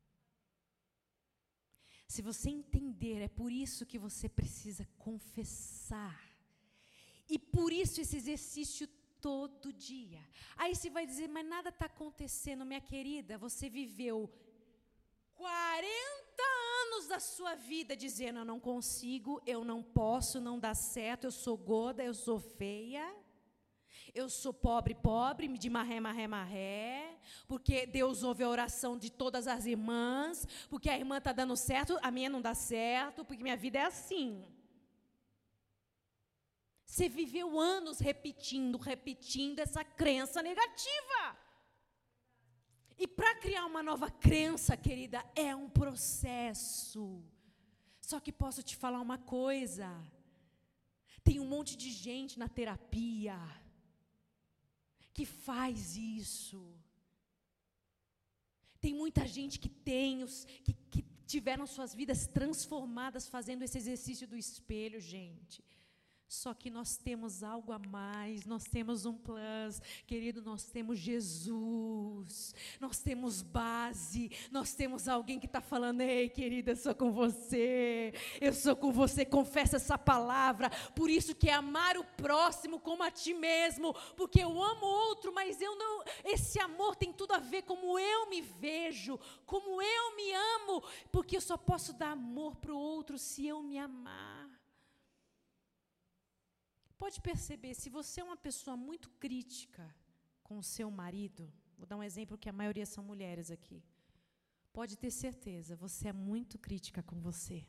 se você entender, é por isso que você precisa confessar. E por isso esse exercício todo dia. Aí você vai dizer, mas nada está acontecendo, minha querida. Você viveu 40 anos da sua vida dizendo, eu não consigo, eu não posso, não dá certo, eu sou gorda, eu sou feia. Eu sou pobre, de marré, porque Deus ouve a oração de todas as irmãs, porque a irmã está dando certo, a minha não dá certo, porque minha vida é assim. Você viveu anos repetindo essa crença negativa. E para criar uma nova crença, querida, é um processo. Só que posso te falar uma coisa. Tem um monte de gente na terapia que faz isso. Tem muita gente que tiveram suas vidas transformadas fazendo esse exercício do espelho, gente. Só que nós temos algo a mais, nós temos um plus, querido, nós temos Jesus, nós temos base, nós temos alguém que está falando, ei, querida, eu sou com você, confessa essa palavra, por isso que é amar o próximo como a ti mesmo, porque eu amo o outro, mas esse amor tem tudo a ver como eu me vejo, como eu me amo, porque eu só posso dar amor para o outro se eu me amar. Pode perceber, se você é uma pessoa muito crítica com o seu marido, vou dar um exemplo que a maioria são mulheres aqui. Pode ter certeza, você é muito crítica com você.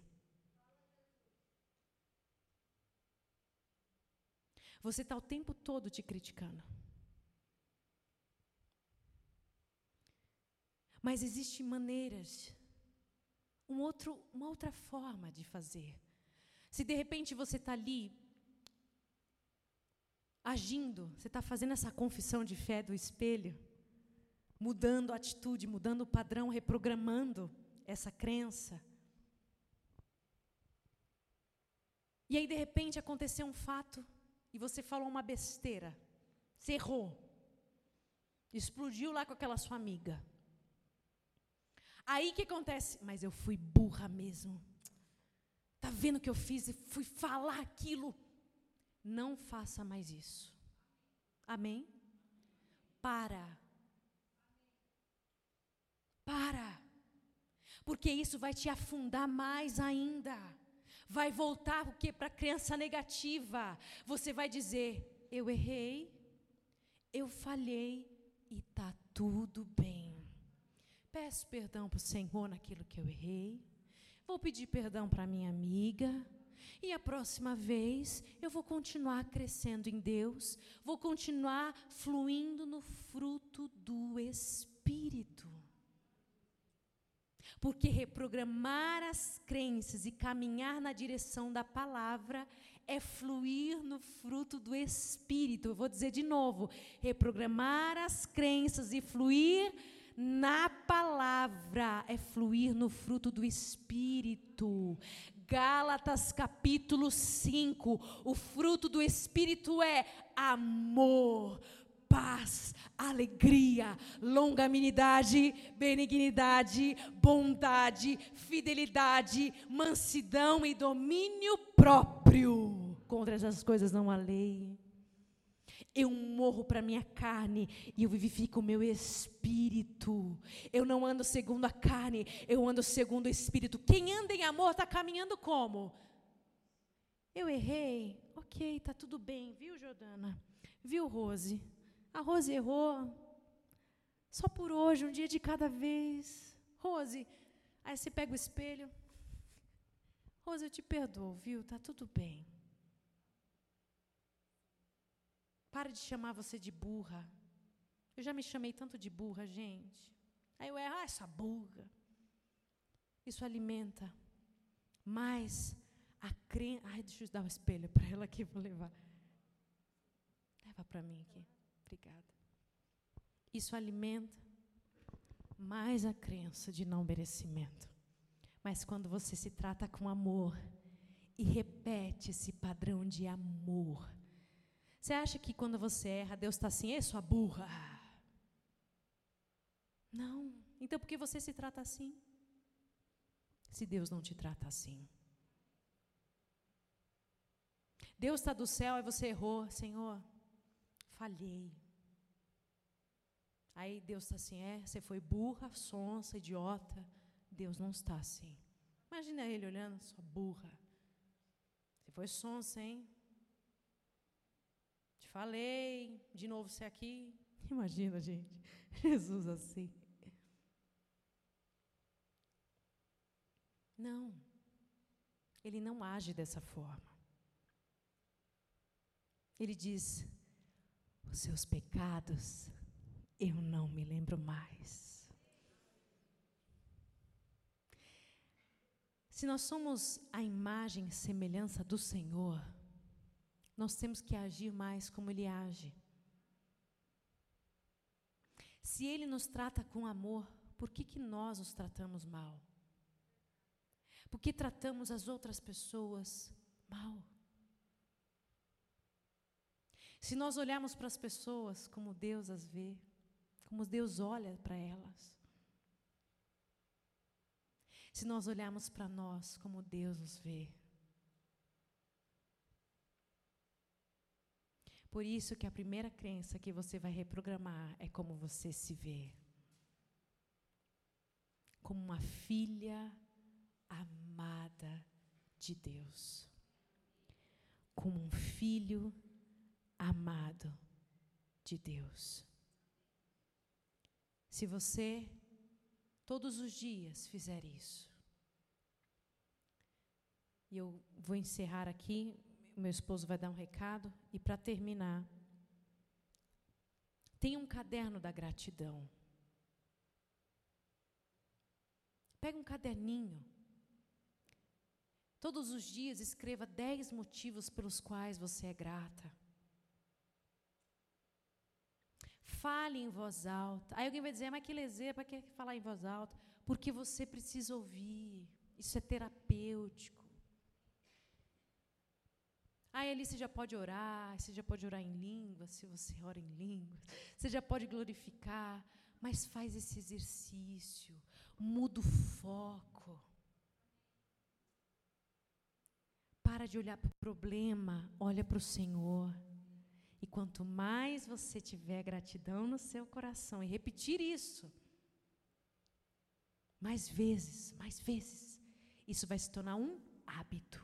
Você está o tempo todo te criticando. Mas existem maneiras, uma outra forma de fazer. Se de repente você está ali, agindo, você está fazendo essa confissão de fé do espelho, mudando a atitude, mudando o padrão, reprogramando essa crença. E aí, de repente, aconteceu um fato e você falou uma besteira, você errou, explodiu lá com aquela sua amiga. Aí o que acontece? Mas eu fui burra mesmo. Está vendo o que eu fiz? E fui falar aquilo. Não faça mais isso. Amém? Para. Porque isso vai te afundar mais ainda. Vai voltar o quê? Para a crença negativa. Você vai dizer, eu errei, eu falhei e está tudo bem. Peço perdão para o Senhor naquilo que eu errei. Vou pedir perdão para minha amiga. E a próxima vez eu vou continuar crescendo em Deus. Vou continuar fluindo no fruto do Espírito. Porque reprogramar as crenças e caminhar na direção da palavra é fluir no fruto do Espírito. Eu vou dizer de novo. Reprogramar as crenças e fluir na palavra é fluir no fruto do Espírito. Gálatas capítulo 5, o fruto do Espírito é amor, paz, alegria, longanimidade, benignidade, bondade, fidelidade, mansidão e domínio próprio. Contra essas coisas não há lei. Eu morro para a minha carne e eu vivifico o meu espírito. Eu não ando segundo a carne, eu ando segundo o espírito. Quem anda em amor está caminhando como? Eu errei, ok, está tudo bem, viu, Jordana? Viu, Rose? A Rose errou. Só por hoje, um dia de cada vez. Rose, aí você pega o espelho. Rose, eu te perdoo, viu? Está tudo bem. Para de chamar você de burra. Eu já me chamei tanto de burra, gente. Aí eu erro, essa burra. Isso alimenta mais a crença. Ai, deixa eu dar um espelho para ela aqui, vou levar. Leva para mim aqui. Obrigada. Isso alimenta mais a crença de não merecimento. Mas quando você se trata com amor e repete esse padrão de amor, você acha que quando você erra, Deus está assim, sua burra? Não. Então por que você se trata assim? Se Deus não te trata assim. Deus está do céu e você errou, Senhor, falhei. Aí Deus está assim, você foi burra, sonsa, idiota. Deus não está assim. Imagina Ele olhando, sua burra. Você foi sonsa, hein? Te falei, de novo você aqui. Imagina, gente, Jesus assim. Não, Ele não age dessa forma. Ele diz, os seus pecados eu não me lembro mais. Se nós somos a imagem e semelhança do Senhor, nós temos que agir mais como Ele age. Se Ele nos trata com amor, por que nós os tratamos mal? Por que tratamos as outras pessoas mal? Se nós olharmos para as pessoas como Deus as vê, como Deus olha para elas, se nós olharmos para nós como Deus nos vê, por isso que a primeira crença que você vai reprogramar é como você se vê. Como uma filha amada de Deus. como um filho amado de Deus. Se você todos os dias fizer isso, e eu vou encerrar aqui, meu esposo vai dar um recado, e para terminar, tem um caderno da gratidão. Pega um caderninho. Todos os dias escreva 10 motivos pelos quais você é grata. Fale em voz alta. Aí alguém vai dizer, mas que lezeira, para que falar em voz alta? Porque você precisa ouvir. Isso é terapêutico. Aí ali você já pode orar, em línguas, se você ora em línguas. Você já pode glorificar, mas faz esse exercício. Muda o foco. Para de olhar para o problema, olha para o Senhor. E quanto mais você tiver gratidão no seu coração, e repetir isso, mais vezes, isso vai se tornar um hábito.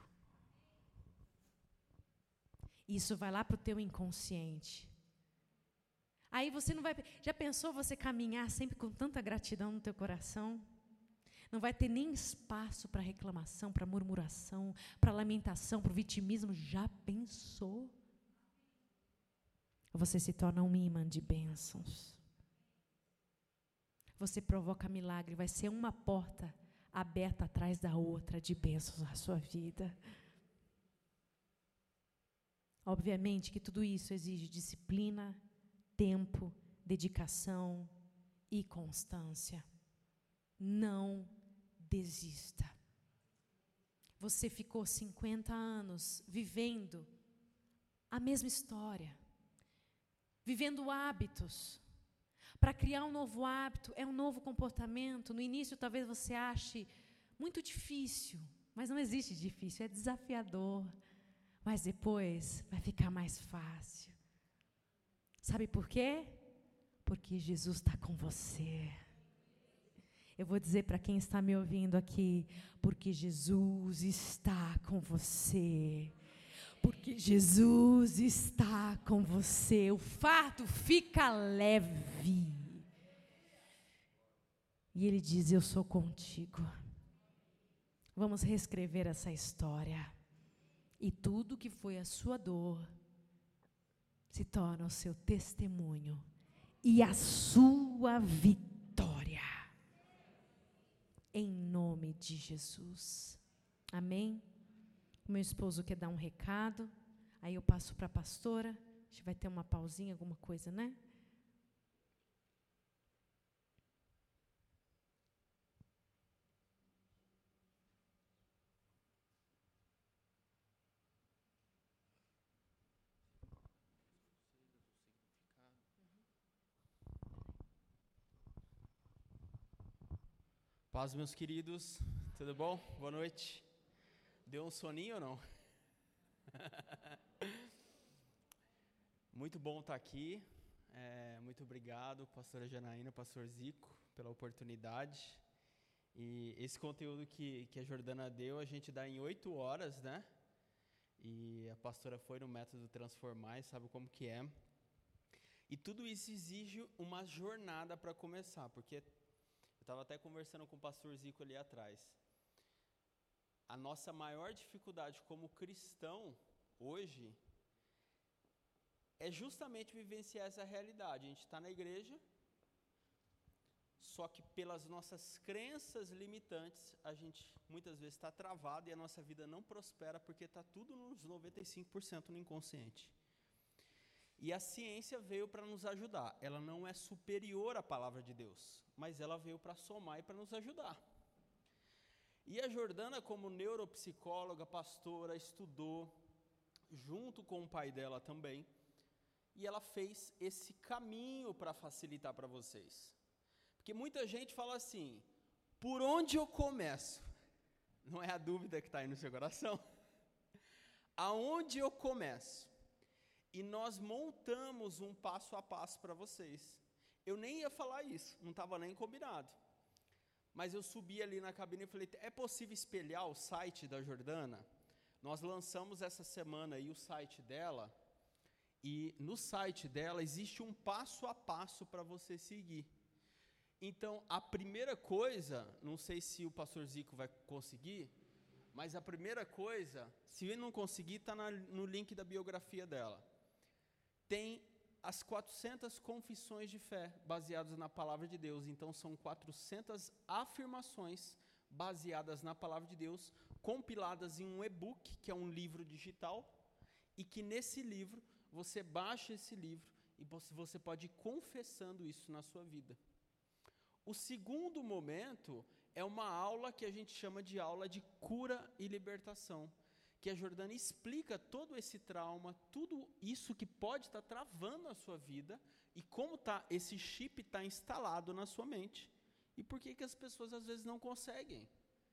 Isso vai lá para o teu inconsciente. Aí você não vai... Já pensou você caminhar sempre com tanta gratidão no teu coração? Não vai ter nem espaço para reclamação, para murmuração, para lamentação, para o vitimismo. Já pensou? Você se torna um imã de bênçãos. Você provoca milagre. Vai ser uma porta aberta atrás da outra de bênçãos na sua vida. Obviamente que tudo isso exige disciplina, tempo, dedicação e constância. Não desista. Você ficou 50 anos vivendo a mesma história, vivendo hábitos. Para criar um novo hábito, é um novo comportamento. No início, talvez você ache muito difícil, mas não existe difícil, é desafiador. Mas depois vai ficar mais fácil. Sabe por quê? Porque Jesus está com você. Eu vou dizer para quem está me ouvindo aqui, porque Jesus está com você. Porque Jesus está com você. O fardo fica leve. E Ele diz, eu sou contigo. Vamos reescrever essa história. E tudo que foi a sua dor se torna o seu testemunho e a sua vitória. Em nome de Jesus. Amém? O meu esposo quer dar um recado, aí eu passo para a pastora. A gente vai ter uma pausinha, alguma coisa, né? Paz, meus queridos, tudo bom? Boa noite. Deu um soninho ou não? Muito bom estar aqui. Muito obrigado, pastora Janaína, pastor Zico, pela oportunidade. E esse conteúdo que a Jordana deu, a gente dá em 8 horas, né? E a pastora foi no método Transformar e sabe como que é. E tudo isso exige uma jornada para começar, porque eu estava até conversando com o pastor Zico ali atrás. A nossa maior dificuldade como cristão hoje é justamente vivenciar essa realidade. A gente está na igreja, só que pelas nossas crenças limitantes, a gente muitas vezes está travado e a nossa vida não prospera porque está tudo nos 95% no inconsciente. E a ciência veio para nos ajudar. Ela não é superior à palavra de Deus, mas ela veio para somar e para nos ajudar. E a Jordana, como neuropsicóloga, pastora, estudou junto com o pai dela também, e ela fez esse caminho para facilitar para vocês. Porque muita gente fala assim, por onde eu começo? Não é a dúvida que está aí no seu coração? Aonde eu começo? E nós montamos um passo a passo para vocês. Eu nem ia falar isso, não estava nem combinado. Mas eu subi ali na cabine e falei, é possível espelhar o site da Jordana? Nós lançamos essa semana aí o site dela, e no site dela existe um passo a passo para você seguir. Então, a primeira coisa, não sei se o pastor Zico vai conseguir, mas a primeira coisa, se ele não conseguir, está no link da biografia dela. Tem as 400 confissões de fé baseadas na palavra de Deus. Então, são 400 afirmações baseadas na palavra de Deus, compiladas em um e-book, que é um livro digital, e que nesse livro, você baixa esse livro e você pode ir confessando isso na sua vida. O segundo momento é uma aula que a gente chama de aula de cura e libertação, que a Jordana explica todo esse trauma, tudo isso que pode estar travando a sua vida e como esse chip está instalado na sua mente e por que as pessoas às vezes não conseguem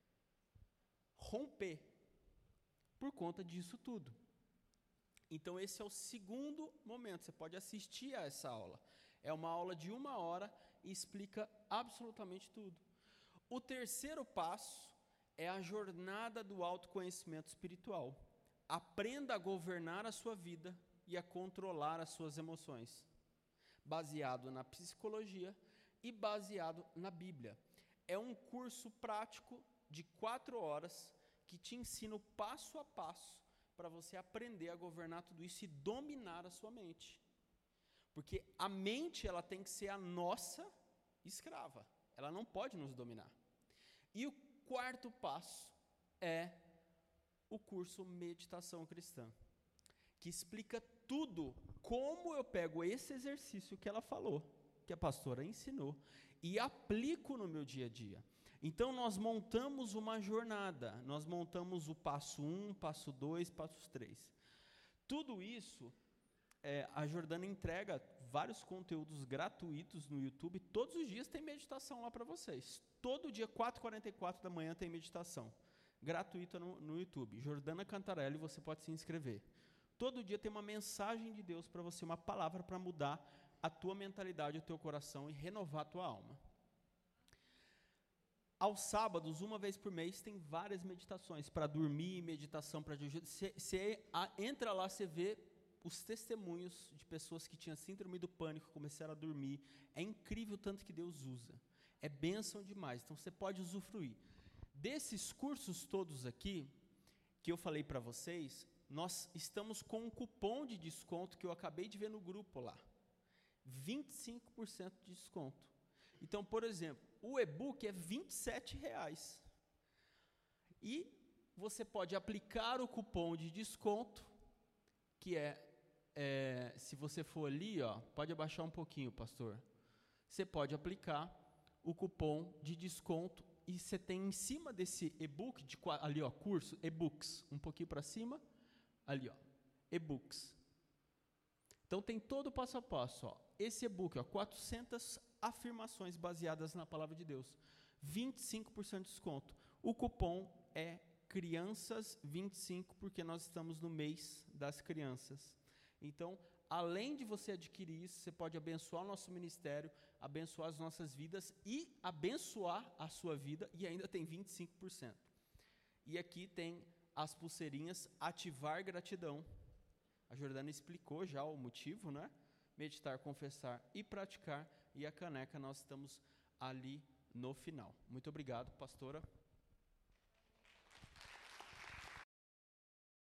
romper por conta disso tudo. Então esse é o segundo momento, você pode assistir a essa aula. É uma aula de 1 hora e explica absolutamente tudo. O terceiro passo é a jornada do autoconhecimento espiritual. Aprenda a governar a sua vida e a controlar as suas emoções, baseado na psicologia e baseado na Bíblia. É um curso prático de 4 horas que te ensina o passo a passo para você aprender a governar tudo isso e dominar a sua mente. Porque a mente, ela tem que ser a nossa escrava. Ela não pode nos dominar. E o quarto passo é o curso Meditação Cristã, que explica tudo, como eu pego esse exercício que ela falou, que a pastora ensinou, e aplico no meu dia a dia. Então, nós montamos uma jornada, nós montamos o passo 1, passo 2, passo 3. Tudo isso, a Jordana entrega vários conteúdos gratuitos no YouTube, todos os dias tem meditação lá para vocês. Todo dia, 4h44 da manhã, tem meditação, gratuita no YouTube. Jordana Cantarelli, você pode se inscrever. Todo dia tem uma mensagem de Deus para você, uma palavra para mudar a tua mentalidade, o teu coração e renovar a tua alma. Aos sábados, uma vez por mês, tem várias meditações para dormir, meditação para... Você entra lá, você vê os testemunhos de pessoas que tinham síndrome do pânico, começaram a dormir. É incrível o tanto que Deus usa. É bênção demais, então você pode usufruir. Desses cursos todos aqui, que eu falei para vocês, nós estamos com um cupom de desconto que eu acabei de ver no grupo lá. 25% de desconto. Então, por exemplo, o e-book é R$27. E você pode aplicar o cupom de desconto, que se você for ali, pode abaixar um pouquinho, pastor. Você pode aplicar o cupom de desconto e você tem em cima desse e-book, ali, curso, e-books, um pouquinho para cima, ali, e-books. Então, tem todo o passo a passo, esse e-book, 400 afirmações baseadas na palavra de Deus, 25% de desconto. O cupom é crianças25, porque nós estamos no mês das crianças. Então, além de você adquirir isso, você pode abençoar o nosso ministério, abençoar as nossas vidas e abençoar a sua vida, e ainda tem 25%. E aqui tem as pulseirinhas Ativar Gratidão. A Jordana explicou já o motivo, né? Meditar, confessar e praticar. E a caneca nós estamos ali no final. Muito obrigado, pastora.